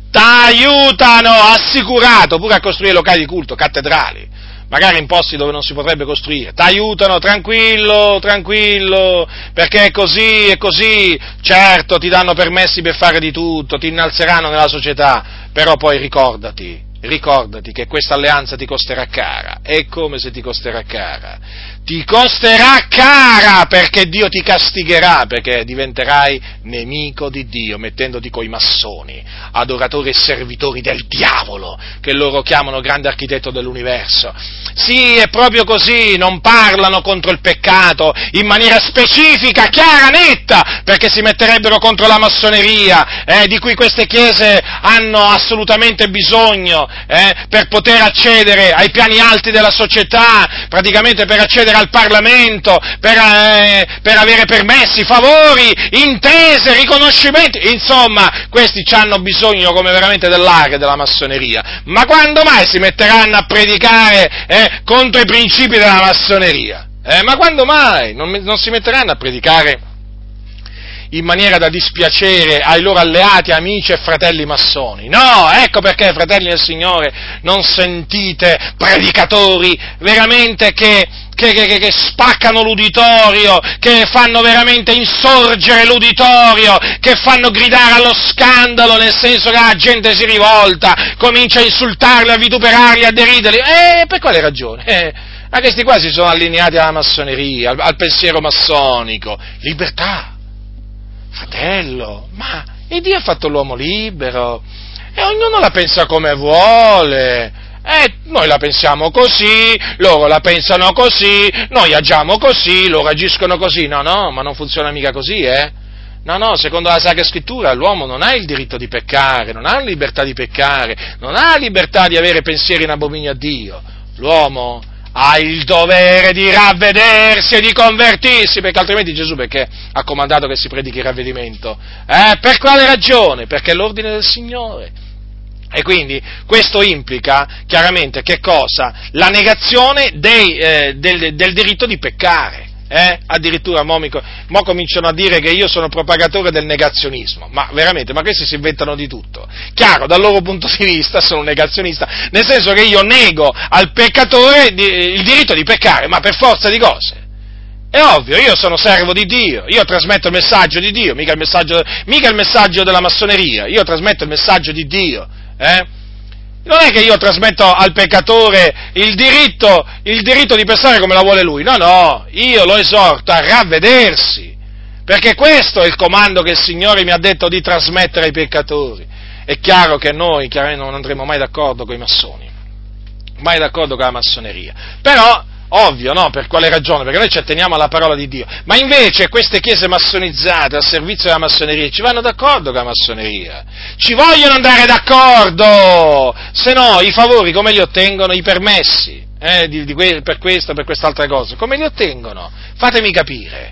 S1: assicurato, pure a costruire locali di culto, cattedrali, magari in posti dove non si potrebbe costruire, t'aiutano, tranquillo, perché è così, certo ti danno permessi per fare di tutto, ti innalzeranno nella società, però poi ricordati che questa alleanza ti costerà cara, è come se ti costerà cara. ti costerà cara, perché Dio ti castigherà, perché diventerai nemico di Dio, mettendoti coi massoni, adoratori e servitori del diavolo, che loro chiamano grande architetto dell'universo. Sì, è proprio così, non parlano contro il peccato in maniera specifica, chiara, netta, perché si metterebbero contro la massoneria, di cui queste chiese hanno assolutamente bisogno, per poter accedere ai piani alti della società, praticamente per accedere al Parlamento, per avere permessi, favori, intese, riconoscimenti, insomma, questi hanno bisogno come veramente dell'aria della massoneria. Ma quando mai si metteranno a predicare contro i principi della massoneria? Ma quando mai? Non si metteranno a predicare in maniera da dispiacere ai loro alleati, amici e fratelli massoni. No, ecco perché, fratelli del Signore, non sentite predicatori veramente che spaccano l'uditorio, che fanno veramente insorgere l'uditorio, che fanno gridare allo scandalo, nel senso che la gente si rivolta, comincia a insultarli, a vituperarli, a deriderli. Per quale ragione? Ma questi qua si sono allineati alla massoneria, al pensiero massonico. Libertà! Fratello, ma il Dio ha fatto l'uomo libero e ognuno la pensa come vuole. Noi la pensiamo così, loro la pensano così, noi agiamo così, loro agiscono così. No, ma non funziona mica così, No, secondo la Sacra Scrittura l'uomo non ha il diritto di peccare, non ha la libertà di peccare, non ha la libertà di avere pensieri in abominio a Dio. L'uomo ha il dovere di ravvedersi e di convertirsi, perché altrimenti Gesù perché ha comandato che si predichi il ravvedimento? Per quale ragione? Perché è l'ordine del Signore. E quindi questo implica chiaramente che cosa? La negazione del diritto di peccare. Addirittura mo cominciano a dire che io sono propagatore del negazionismo, ma veramente, ma questi si inventano di tutto. Chiaro, dal loro punto di vista sono un negazionista, nel senso che io nego al peccatore il diritto di peccare, ma per forza di cose. È ovvio, io sono servo di Dio, io trasmetto il messaggio di Dio, mica il messaggio della massoneria, io trasmetto il messaggio di Dio, Non è che io trasmetto al peccatore il diritto di pensare come la vuole lui, no, io lo esorto a ravvedersi, perché questo è il comando che il Signore mi ha detto di trasmettere ai peccatori. È chiaro che noi chiaramente non andremo mai d'accordo con i massoni, mai d'accordo con la massoneria, però ovvio, no? Per quale ragione? Perché noi ci atteniamo alla parola di Dio, ma invece queste chiese massonizzate al servizio della massoneria ci vanno d'accordo con la massoneria, ci vogliono andare d'accordo, se no i favori come li ottengono, i permessi per questa, per quest'altra cosa, come li ottengono? Fatemi capire,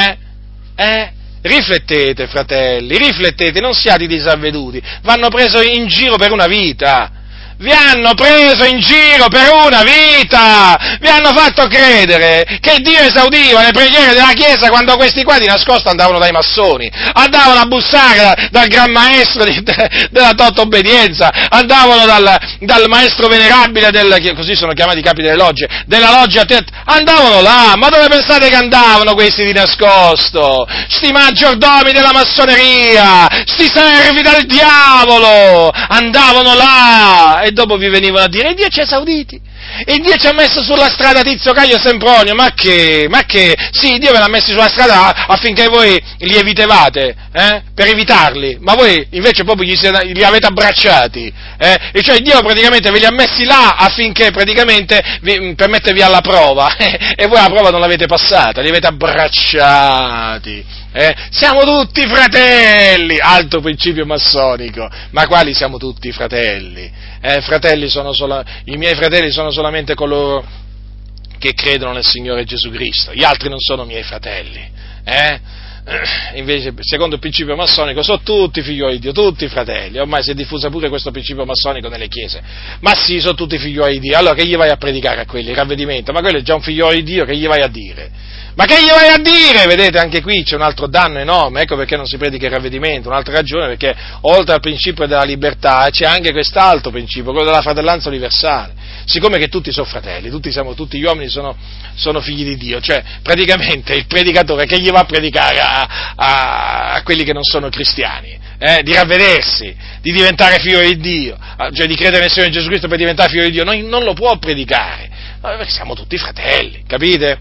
S1: Riflettete, fratelli, riflettete, non siate disavveduti, vanno preso in giro per una vita. Vi hanno preso in giro per una vita, vi hanno fatto credere che Dio esaudiva le preghiere della Chiesa quando questi qua di nascosto andavano dai massoni, andavano a bussare dal gran maestro della totta obbedienza, andavano dal maestro venerabile così sono chiamati i capi delle logge, della loggia andavano là, ma dove pensate che andavano questi di nascosto? Sti maggiordomi della massoneria, sti servi del diavolo, andavano là, e dopo vi venivano a dire, Dio ci ha esauditi, e Dio ci ha messo sulla strada Tizio, Caio e Sempronio, ma che, sì, Dio ve l'ha messi sulla strada affinché voi li evitevate, per evitarli, ma voi invece proprio li avete abbracciati, e cioè Dio praticamente ve li ha messi là affinché praticamente per mettervi alla prova, e voi la prova non l'avete passata, li avete abbracciati. Siamo tutti fratelli, alto principio massonico, ma quali siamo tutti fratelli? I miei fratelli sono solamente coloro che credono nel Signore Gesù Cristo, gli altri non sono miei fratelli, Invece, secondo il principio massonico, sono tutti figlioli di Dio, tutti fratelli, ormai si è diffusa pure questo principio massonico nelle chiese, ma sì, sono tutti figlioli di Dio, allora che gli vai a predicare a quelli, il ravvedimento? Ma quello è già un figliolo di Dio, che gli vai a dire? Ma che gli vai a dire? Vedete, anche qui c'è un altro danno enorme, ecco perché non si predica il ravvedimento, un'altra ragione, perché oltre al principio della libertà c'è anche quest'altro principio, quello della fratellanza universale, siccome che tutti sono fratelli, tutti gli uomini sono figli di Dio, cioè praticamente il predicatore che gli va a predicare a quelli che non sono cristiani, di ravvedersi, di diventare figlio di Dio, cioè di credere nel Signore Gesù Cristo per diventare figlio di Dio, non lo può predicare, perché siamo tutti fratelli, capite?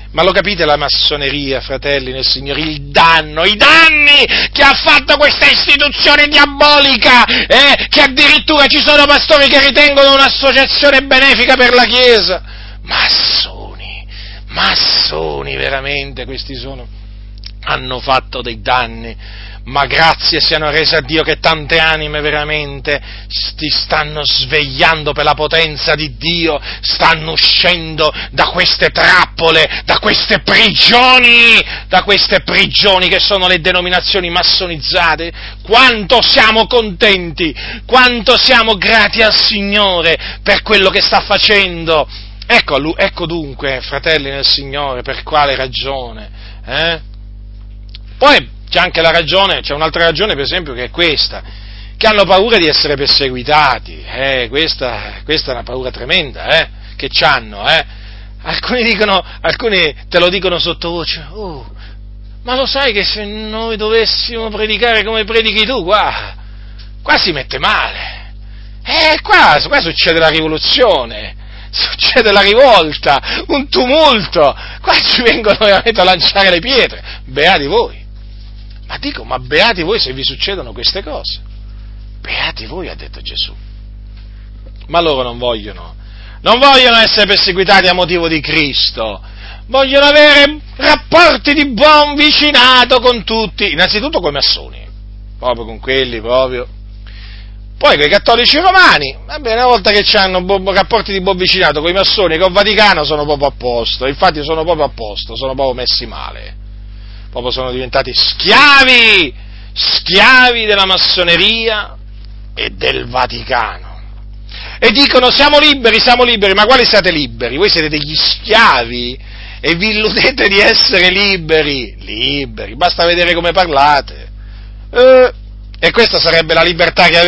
S1: Ma lo capite la massoneria, fratelli nel Signore, i danni che ha fatto questa istituzione diabolica, che addirittura ci sono pastori che ritengono un'associazione benefica per la Chiesa. Massoni veramente questi sono, hanno fatto dei danni, ma grazie siano rese a Dio che tante anime veramente si stanno svegliando per la potenza di Dio, stanno uscendo da queste trappole, da queste prigioni che sono le denominazioni massonizzate. Quanto siamo contenti, quanto siamo grati al Signore per quello che sta facendo. Ecco dunque, fratelli nel Signore, per quale ragione, Poi c'è anche c'è un'altra ragione, per esempio, che è questa, che hanno paura di essere perseguitati, questa è una paura tremenda, che c'hanno, alcuni te lo dicono sottovoce, ma lo sai che se noi dovessimo predicare come predichi tu, qua si mette male, qua succede la rivoluzione, succede la rivolta, un tumulto, qua ci vengono veramente a lanciare le pietre, beati voi. Ma beati voi se vi succedono queste cose, beati voi, ha detto Gesù. Ma loro non vogliono essere perseguitati a motivo di Cristo, vogliono avere rapporti di buon vicinato con tutti, innanzitutto con i massoni, proprio con quelli proprio. Poi con i cattolici romani, va bene, una volta che hanno rapporti di buon vicinato con i massoni e con il Vaticano sono proprio a posto, infatti sono proprio messi male, proprio sono diventati schiavi della massoneria e del Vaticano. E dicono siamo liberi, ma quali siete liberi? Voi siete degli schiavi e vi illudete di essere liberi, basta vedere come parlate. E questa sarebbe la libertà che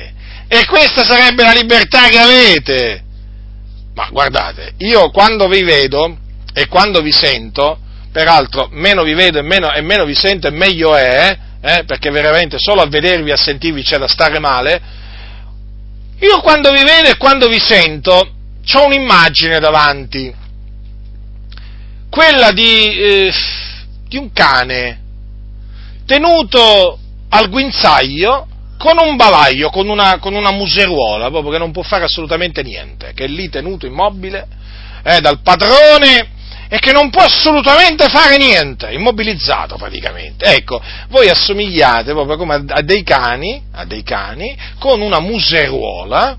S1: avete. Ma guardate, io quando vi vedo e quando vi sento, peraltro meno vi vedo e meno vi sento e meglio è, perché veramente solo a vedervi e a sentirvi c'è da stare male. Io quando vi vedo e quando vi sento c'ho un'immagine davanti, quella di un cane tenuto al guinzaglio con un bavaglio, con una museruola, proprio che non può fare assolutamente niente, che è lì tenuto immobile dal padrone e che non può assolutamente fare niente, immobilizzato praticamente. Ecco, voi assomigliate proprio come a dei cani con una museruola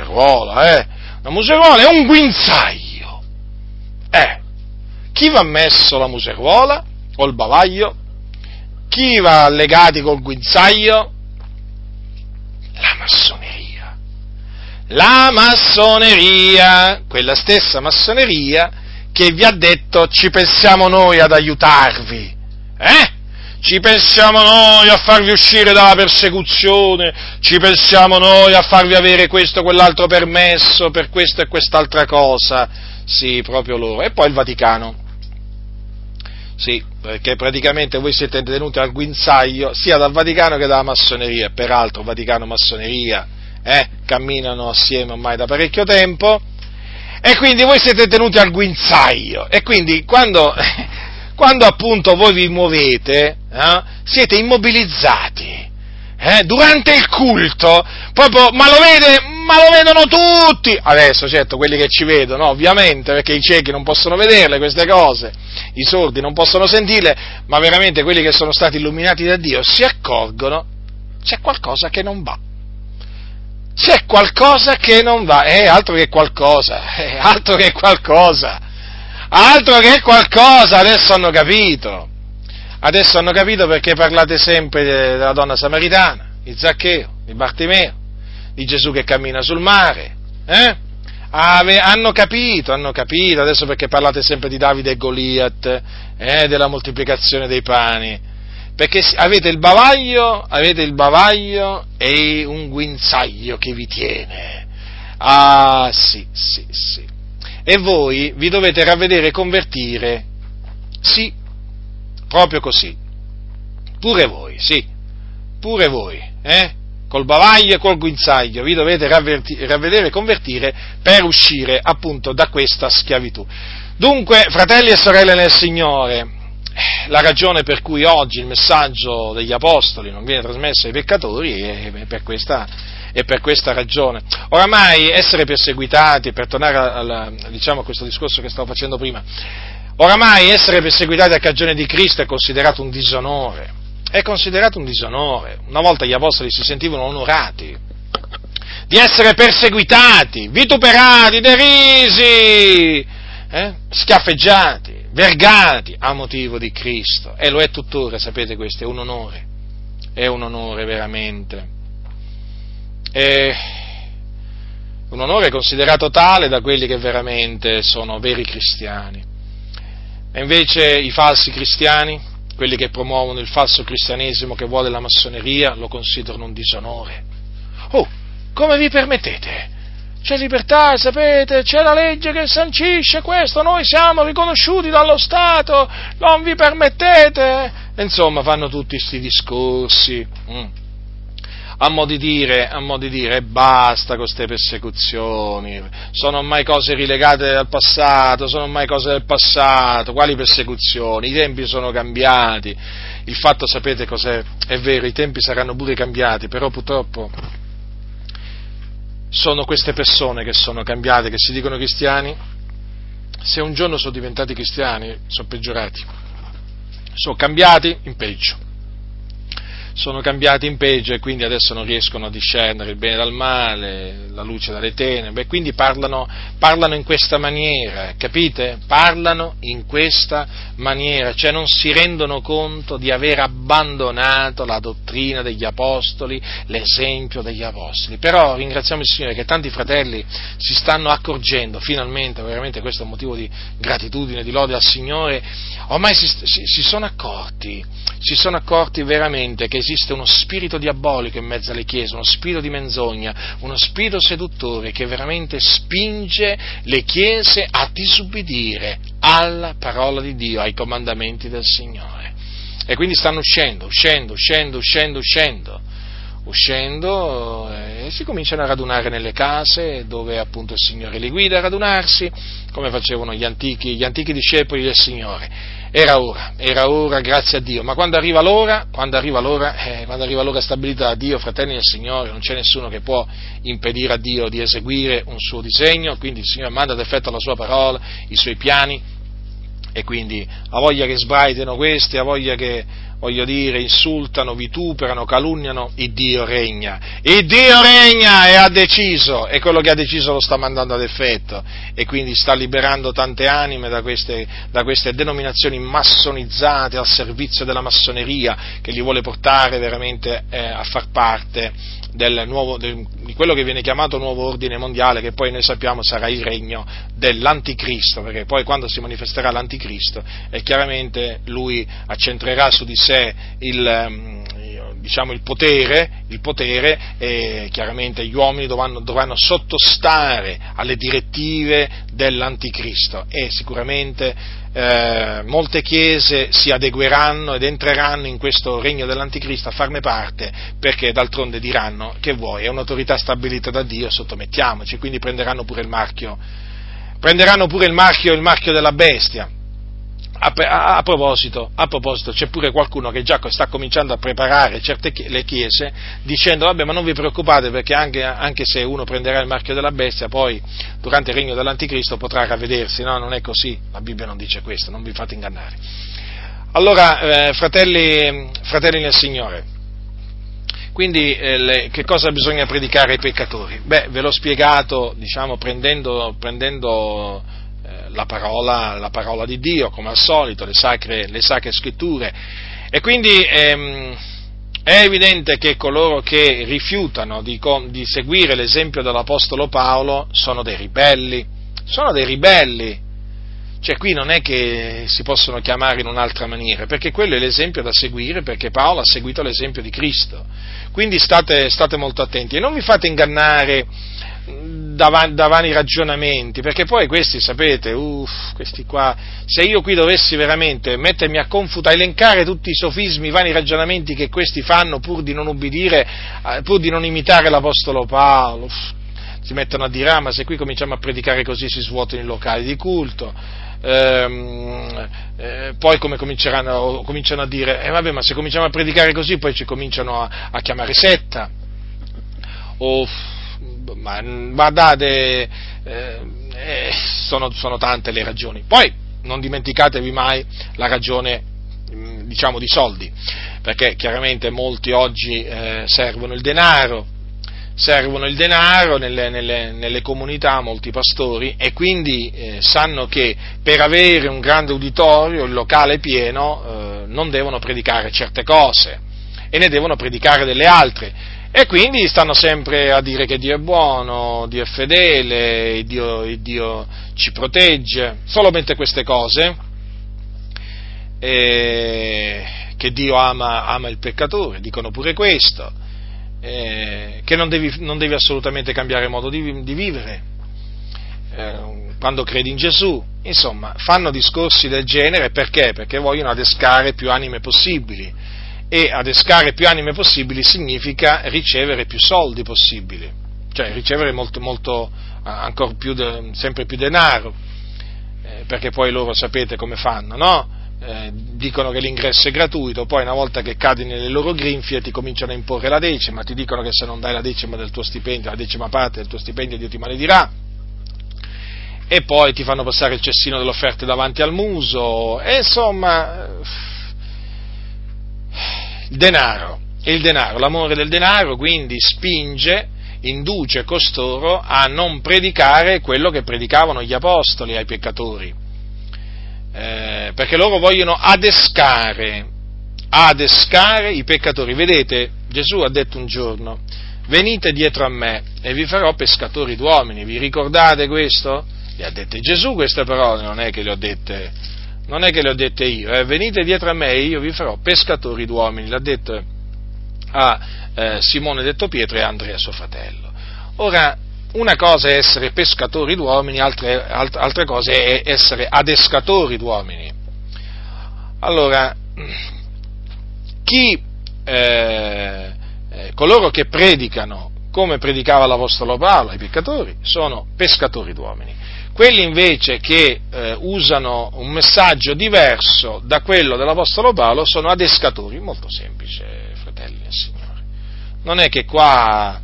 S1: e un guinzaglio. Chi va messo la museruola o il bavaglio? Chi va legati col guinzaglio? La massoneria, quella stessa massoneria che vi ha detto ci pensiamo noi ad aiutarvi, ci pensiamo noi a farvi uscire dalla persecuzione, ci pensiamo noi a farvi avere questo o quell'altro permesso per questa e quest'altra cosa, sì, proprio loro, e poi il Vaticano. Sì, perché praticamente voi siete tenuti al guinzaglio sia dal Vaticano che dalla massoneria, peraltro Vaticano e massoneria camminano assieme ormai da parecchio tempo, e quindi voi siete tenuti al guinzaglio, e quindi quando appunto voi vi muovete, siete immobilizzati, durante il culto, proprio, ma lo vedono tutti, adesso certo quelli che ci vedono, ovviamente, perché i ciechi non possono vederle queste cose, i sordi non possono sentirle, ma veramente quelli che sono stati illuminati da Dio si accorgono, c'è qualcosa che non va, altro che qualcosa, adesso hanno capito perché parlate sempre della donna samaritana, di Zaccheo, di Bartimeo, di Gesù che cammina sul mare, hanno capito, adesso perché parlate sempre di Davide e Goliat, della moltiplicazione dei pani, perché avete il bavaglio e un guinzaglio che vi tiene, sì, e voi vi dovete ravvedere e convertire, sì, proprio così, pure voi, col bavaglio e col guinzaglio vi dovete ravvedere e convertire per uscire appunto da questa schiavitù. Dunque, fratelli e sorelle nel Signore, la ragione per cui oggi il messaggio degli Apostoli non viene trasmesso ai peccatori è per questa ragione. Oramai essere perseguitati, per tornare a questo discorso che stavo facendo prima, oramai essere perseguitati a cagione di Cristo è considerato un disonore. È considerato un disonore. Una volta gli Apostoli si sentivano onorati di essere perseguitati, vituperati, derisi, schiaffeggiati, vergati a motivo di Cristo. E lo è tuttora, sapete, questo è un onore veramente. È un onore considerato tale da quelli che veramente sono veri cristiani. E invece i falsi cristiani, quelli che promuovono il falso cristianesimo che vuole la massoneria, lo considerano un disonore. Oh, come vi permettete? C'è libertà, sapete, c'è la legge che sancisce questo, noi siamo riconosciuti dallo Stato, non vi permettete? E insomma, fanno tutti questi discorsi, a mo' di dire, basta con queste persecuzioni, sono ormai cose rilegate al passato, sono ormai cose del passato, quali persecuzioni? I tempi sono cambiati, il fatto sapete cos'è? È vero, i tempi saranno pure cambiati, però purtroppo sono queste persone che sono cambiate, che si dicono cristiani, se un giorno sono diventati cristiani, sono peggiorati, sono cambiati in peggio. Sono cambiati in peggio e quindi adesso non riescono a discernere il bene dal male, la luce dalle tenebre, quindi parlano in questa maniera, capite? Parlano in questa maniera, cioè non si rendono conto di aver abbandonato la dottrina degli apostoli, l'esempio degli apostoli. Però ringraziamo il Signore che tanti fratelli si stanno accorgendo, finalmente, veramente questo è un motivo di gratitudine, di lode al Signore, ormai si sono accorti veramente che esiste uno spirito diabolico in mezzo alle chiese, uno spirito di menzogna, uno spirito seduttore che veramente spinge le chiese a disubbidire alla parola di Dio, ai comandamenti del Signore. E quindi stanno uscendo e si cominciano a radunare nelle case dove appunto il Signore li guida a radunarsi, come facevano gli antichi discepoli del Signore. Era ora, grazie a Dio, ma quando arriva l'ora stabilita da Dio, fratelli del Signore, non c'è nessuno che può impedire a Dio di eseguire un suo disegno, quindi il Signore manda ad effetto la sua parola, i suoi piani, e quindi ha voglia che sbraitino questi, ha voglia che, insultano, vituperano, calunniano, il Dio regna e ha deciso, e quello che ha deciso lo sta mandando ad effetto, e quindi sta liberando tante anime da queste denominazioni massonizzate al servizio della massoneria, che li vuole portare veramente a far parte di quello che viene chiamato nuovo ordine mondiale, che poi noi sappiamo sarà il regno dell'anticristo, perché poi quando si manifesterà l'anticristo e chiaramente lui accentrerà su di sé il potere, e chiaramente gli uomini dovranno sottostare alle direttive dell'anticristo, e sicuramente molte chiese si adegueranno ed entreranno in questo regno dell'anticristo a farne parte, perché d'altronde diranno: che vuoi, è un'autorità stabilita da Dio, sottomettiamoci, quindi prenderanno pure il marchio della bestia. A proposito, c'è pure qualcuno che già sta cominciando a preparare le chiese, dicendo: vabbè, ma non vi preoccupate, perché anche se uno prenderà il marchio della bestia, poi durante il regno dell'anticristo potrà ravvedersi. No, non è così, la Bibbia non dice questo, non vi fate ingannare. Allora, fratelli nel Signore, quindi che cosa bisogna predicare ai peccatori? Beh, ve l'ho spiegato, prendendo la parola di Dio, come al solito, le sacre scritture, e quindi è evidente che coloro che rifiutano di seguire l'esempio dell'Apostolo Paolo sono dei ribelli, cioè qui non è che si possono chiamare in un'altra maniera, perché quello è l'esempio da seguire, perché Paolo ha seguito l'esempio di Cristo, quindi state molto attenti e non vi fate ingannare da vani ragionamenti, perché poi questi, sapete, questi qua, se io qui dovessi veramente mettermi a confutare, elencare tutti i sofismi, i vani ragionamenti che questi fanno pur di non imitare l'Apostolo Paolo, si mettono a dire: ma se qui cominciamo a predicare così si svuotano i locali di culto, poi come cominciano a dire, vabbè, ma se cominciamo a predicare così poi ci cominciano a chiamare setta, ma guardate, sono tante le ragioni. Poi non dimenticatevi mai la ragione, diciamo, di soldi, perché chiaramente molti oggi servono il denaro nelle comunità, molti pastori, e quindi sanno che per avere un grande uditorio, il locale pieno, non devono predicare certe cose e ne devono predicare delle altre, e quindi stanno sempre a dire che Dio è buono, Dio è fedele, Dio ci protegge, solamente queste cose, che Dio ama il peccatore, dicono pure questo, che non devi assolutamente cambiare modo di vivere quando credi in Gesù. Insomma, fanno discorsi del genere perché? Perché vogliono adescare più anime possibili, e adescare più anime possibili significa ricevere più soldi possibili, cioè ricevere molto ancora più, sempre più denaro, perché poi loro sapete come fanno, no? Dicono che l'ingresso è gratuito, poi una volta che cadi nelle loro grinfie ti cominciano a imporre la decima, ti dicono che se non dai la decima del tuo stipendio, la decima parte del tuo stipendio, Dio ti maledirà, e poi ti fanno passare il cestino delle offerte davanti al muso, e insomma, il denaro, l'amore del denaro quindi induce costoro a non predicare quello che predicavano gli apostoli ai peccatori, perché loro vogliono adescare i peccatori. Vedete, Gesù ha detto un giorno: venite dietro a me e vi farò pescatori d'uomini. Vi ricordate questo? Le ha dette Gesù queste parole, non è che le ho dette io, venite dietro a me e io vi farò pescatori d'uomini, l'ha detto a Simone detto Pietro e a Andrea suo fratello. Ora, una cosa è essere pescatori d'uomini, altre cose è essere adescatori d'uomini. Allora, coloro che predicano come predicava l'Apostolo Paolo ai peccatori sono pescatori d'uomini. Quelli invece che usano un messaggio diverso da quello dell'Apostolo Paolo sono adescatori. Molto semplice, fratelli del Signore. Non è che qua,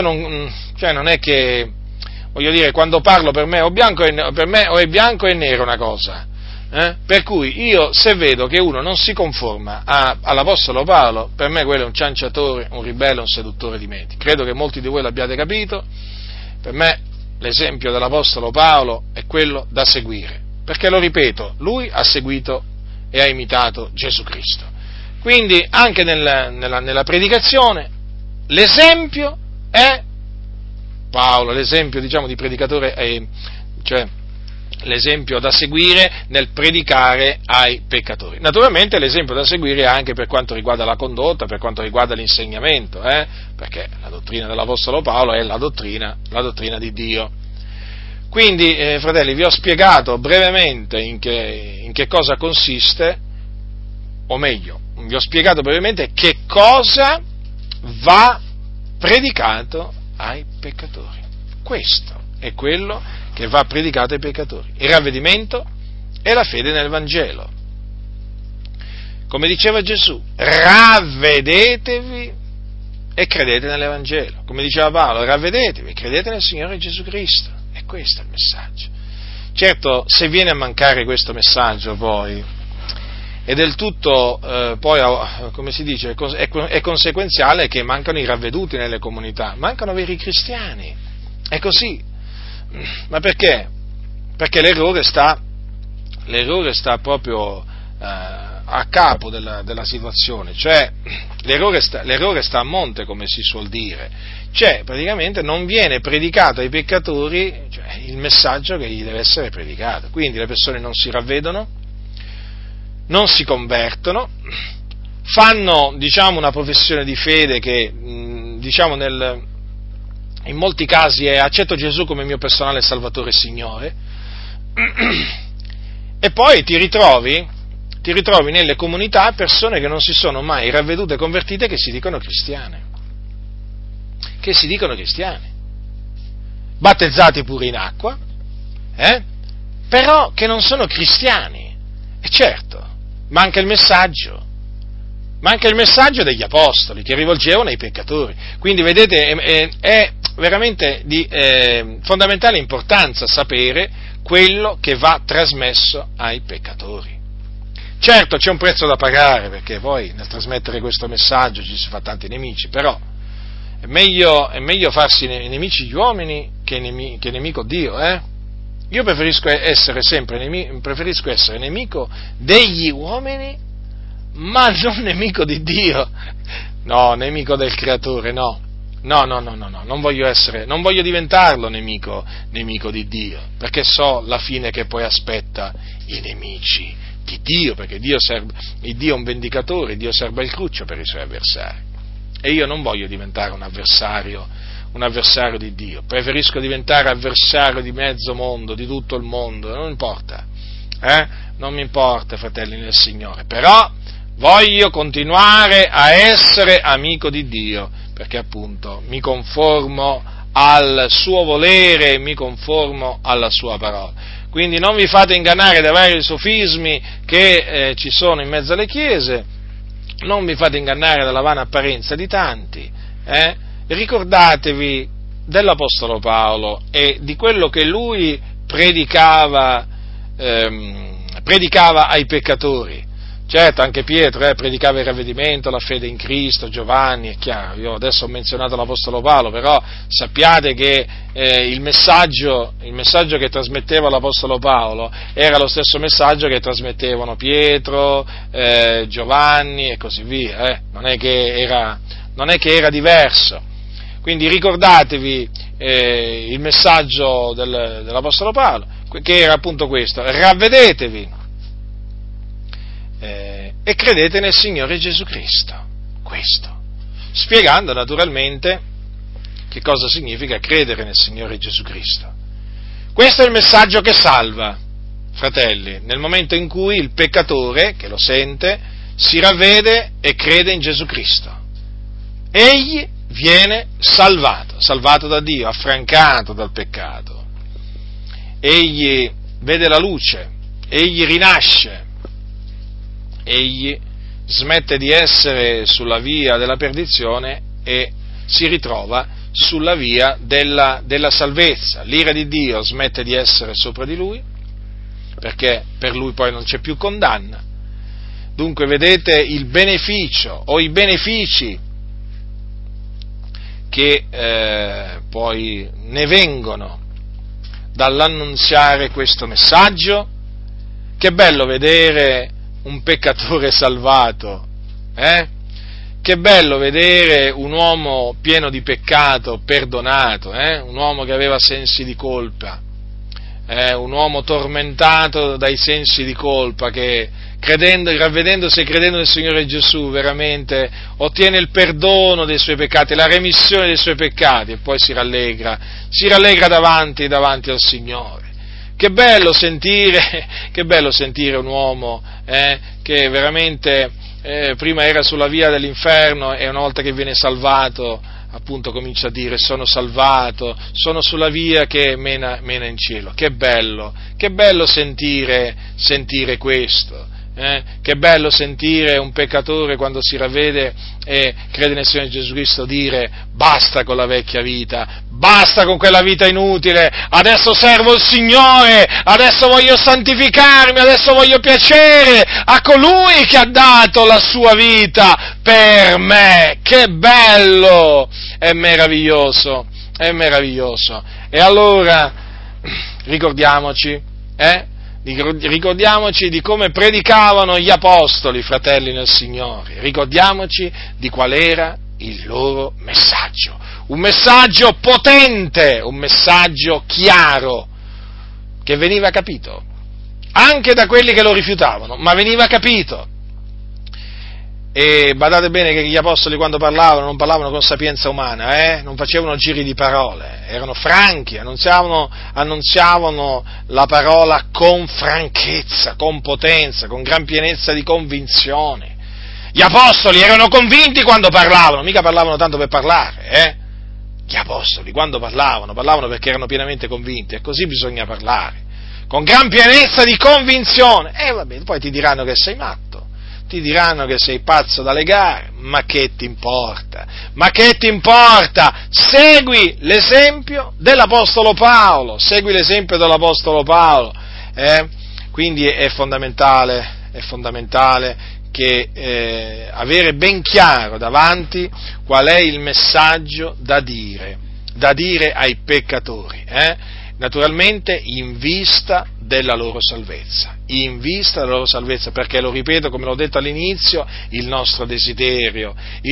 S1: non è che, voglio dire, quando parlo per me o è bianco e nero una cosa, per cui io, se vedo che uno non si conforma all'Apostolo Paolo, per me quello è un cianciatore, un ribelle, un seduttore di menti. Credo che molti di voi l'abbiate capito. Per me l'esempio dell'Apostolo Paolo è quello da seguire, perché, lo ripeto, lui ha seguito e ha imitato Gesù Cristo. Quindi anche nella predicazione l'esempio è Paolo, l'esempio, diciamo, di predicatore cioè l'esempio da seguire nel predicare ai peccatori. Naturalmente l'esempio da seguire anche per quanto riguarda la condotta, per quanto riguarda l'insegnamento, perché la dottrina dell'Apostolo Paolo è la dottrina di Dio. Quindi, fratelli, vi ho spiegato brevemente in che cosa consiste, o meglio, vi ho spiegato brevemente che cosa va predicato ai peccatori. Questo è quello che va predicato ai peccatori: il ravvedimento e la fede nel Vangelo. Come diceva Gesù, ravvedetevi e credete nell'Evangelo. Come diceva Paolo, ravvedetevi e credete nel Signore Gesù Cristo. E questo è il messaggio. Certo, se viene a mancare questo messaggio poi, è del tutto, come si dice, è conseguenziale che mancano i ravveduti nelle comunità, mancano veri cristiani. È così. Ma perché? Perché l'errore sta proprio a capo della situazione, cioè l'errore sta a monte, come si suol dire, cioè praticamente non viene predicato ai peccatori, cioè, il messaggio che gli deve essere predicato. Quindi le persone non si ravvedono, non si convertono, fanno, diciamo, una professione di fede che, diciamo, in molti casi è: accetto Gesù come mio personale Salvatore e Signore, e poi ti ritrovi nelle comunità persone che non si sono mai ravvedute e convertite, che si dicono cristiane, battezzati pure in acqua, però che non sono cristiani. E certo, manca il messaggio degli apostoli che rivolgevano ai peccatori. Quindi vedete, è veramente di fondamentale importanza sapere quello che va trasmesso ai peccatori. Certo c'è un prezzo da pagare, perché poi nel trasmettere questo messaggio ci si fa tanti nemici, però è meglio farsi nemici gli uomini che nemico Dio, eh? Io preferisco essere nemico degli uomini, ma non nemico di Dio, no, nemico del Creatore, no, non voglio diventarlo nemico di Dio, perché so la fine che poi aspetta i nemici di Dio, perché il Dio è un vendicatore, Dio serba il cruccio per i suoi avversari, e io non voglio diventare un avversario di Dio, preferisco diventare avversario di mezzo mondo, di tutto il mondo, non importa, non mi importa, fratelli nel Signore, però voglio continuare a essere amico di Dio, perché appunto mi conformo al suo volere, mi conformo alla sua parola. Quindi non vi fate ingannare da vari sofismi che ci sono in mezzo alle chiese, non vi fate ingannare dalla vana apparenza di tanti, ricordatevi dell'Apostolo Paolo e di quello che lui predicava ai peccatori. Certo, anche Pietro predicava il ravvedimento, la fede in Cristo, Giovanni, è chiaro, io adesso ho menzionato l'Apostolo Paolo, però sappiate che il messaggio che trasmetteva l'Apostolo Paolo era lo stesso messaggio che trasmettevano Pietro, Giovanni e così via, non è che era diverso. Quindi ricordatevi il messaggio dell'Apostolo Paolo, che era appunto questo: ravvedetevi e credete nel Signore Gesù Cristo. Questo, spiegando naturalmente che cosa significa credere nel Signore Gesù Cristo. Questo è il messaggio che salva, fratelli, nel momento in cui il peccatore che lo sente si ravvede e crede in Gesù Cristo. Egli viene salvato da Dio, affrancato dal peccato. Egli vede la luce, egli rinasce, egli smette di essere sulla via della perdizione e si ritrova sulla via della salvezza. L'ira di Dio smette di essere sopra di lui, perché per lui poi non c'è più condanna. Dunque vedete il beneficio o i benefici che poi ne vengono dall'annunziare questo messaggio. Che bello vedere un peccatore salvato, Che bello vedere un uomo pieno di peccato perdonato, un uomo che aveva sensi di colpa, un uomo tormentato dai sensi di colpa che ravvedendosi e credendo nel Signore Gesù veramente ottiene il perdono dei suoi peccati, la remissione dei suoi peccati e poi si rallegra davanti al Signore. Che bello sentire un uomo che veramente prima era sulla via dell'inferno e una volta che viene salvato appunto comincia a dire: sono salvato, sono sulla via che mena in cielo. Che bello sentire questo. Che bello sentire un peccatore quando si ravvede e crede nel Signore Gesù Cristo dire: basta con la vecchia vita, basta con quella vita inutile, adesso servo il Signore, adesso voglio santificarmi, adesso voglio piacere a colui che ha dato la sua vita per me. Che bello, è meraviglioso. E allora ricordiamoci di come predicavano gli apostoli, fratelli nel Signore, ricordiamoci di qual era il loro messaggio, un messaggio potente, un messaggio chiaro, che veniva capito, anche da quelli che lo rifiutavano, ma veniva capito. E badate bene che gli apostoli quando parlavano non parlavano con sapienza umana, non facevano giri di parole, erano franchi, annunziavano la parola con franchezza, con potenza, con gran pienezza di convinzione. Gli apostoli erano convinti quando parlavano, mica parlavano tanto per parlare, Gli apostoli quando parlavano perché erano pienamente convinti, e così bisogna parlare. con gran pienezza di convinzione. E va bene, poi ti diranno che sei matto, ti diranno che sei pazzo da legare, ma che ti importa? Ma che ti importa? Segui l'esempio dell'Apostolo Paolo, Quindi è fondamentale che avere ben chiaro davanti qual è il messaggio da dire ai peccatori, naturalmente in vista della loro salvezza, perché, lo ripeto, come l'ho detto all'inizio, il nostro desiderio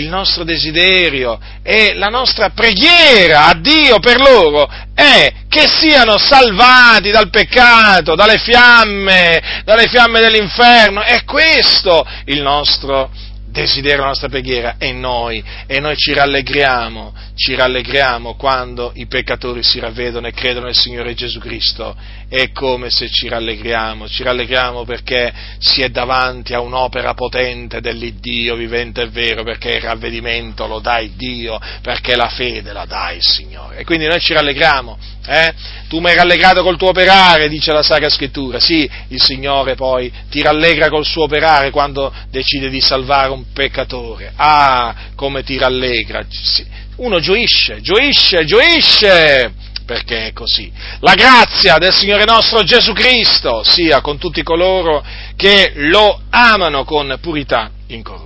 S1: e la nostra preghiera a Dio per loro è che siano salvati dal peccato, dalle fiamme dell'inferno. È questo il nostro desiderio, la nostra preghiera, e noi ci rallegriamo quando i peccatori si ravvedono e credono nel Signore Gesù Cristo. È come se ci rallegriamo perché si è davanti a un'opera potente dell'Iddio vivente e vero, perché il ravvedimento lo dà il Dio, perché la fede la dà il Signore, e quindi noi ci rallegriamo. Tu mi hai rallegrato col tuo operare, dice la Sacra Scrittura. Sì, il Signore poi ti rallegra col suo operare quando decide di salvare un peccatore. Ah, come ti rallegra! Uno gioisce, perché è così. La grazia del Signore nostro Gesù Cristo sia con tutti coloro che lo amano con purità incorrotta.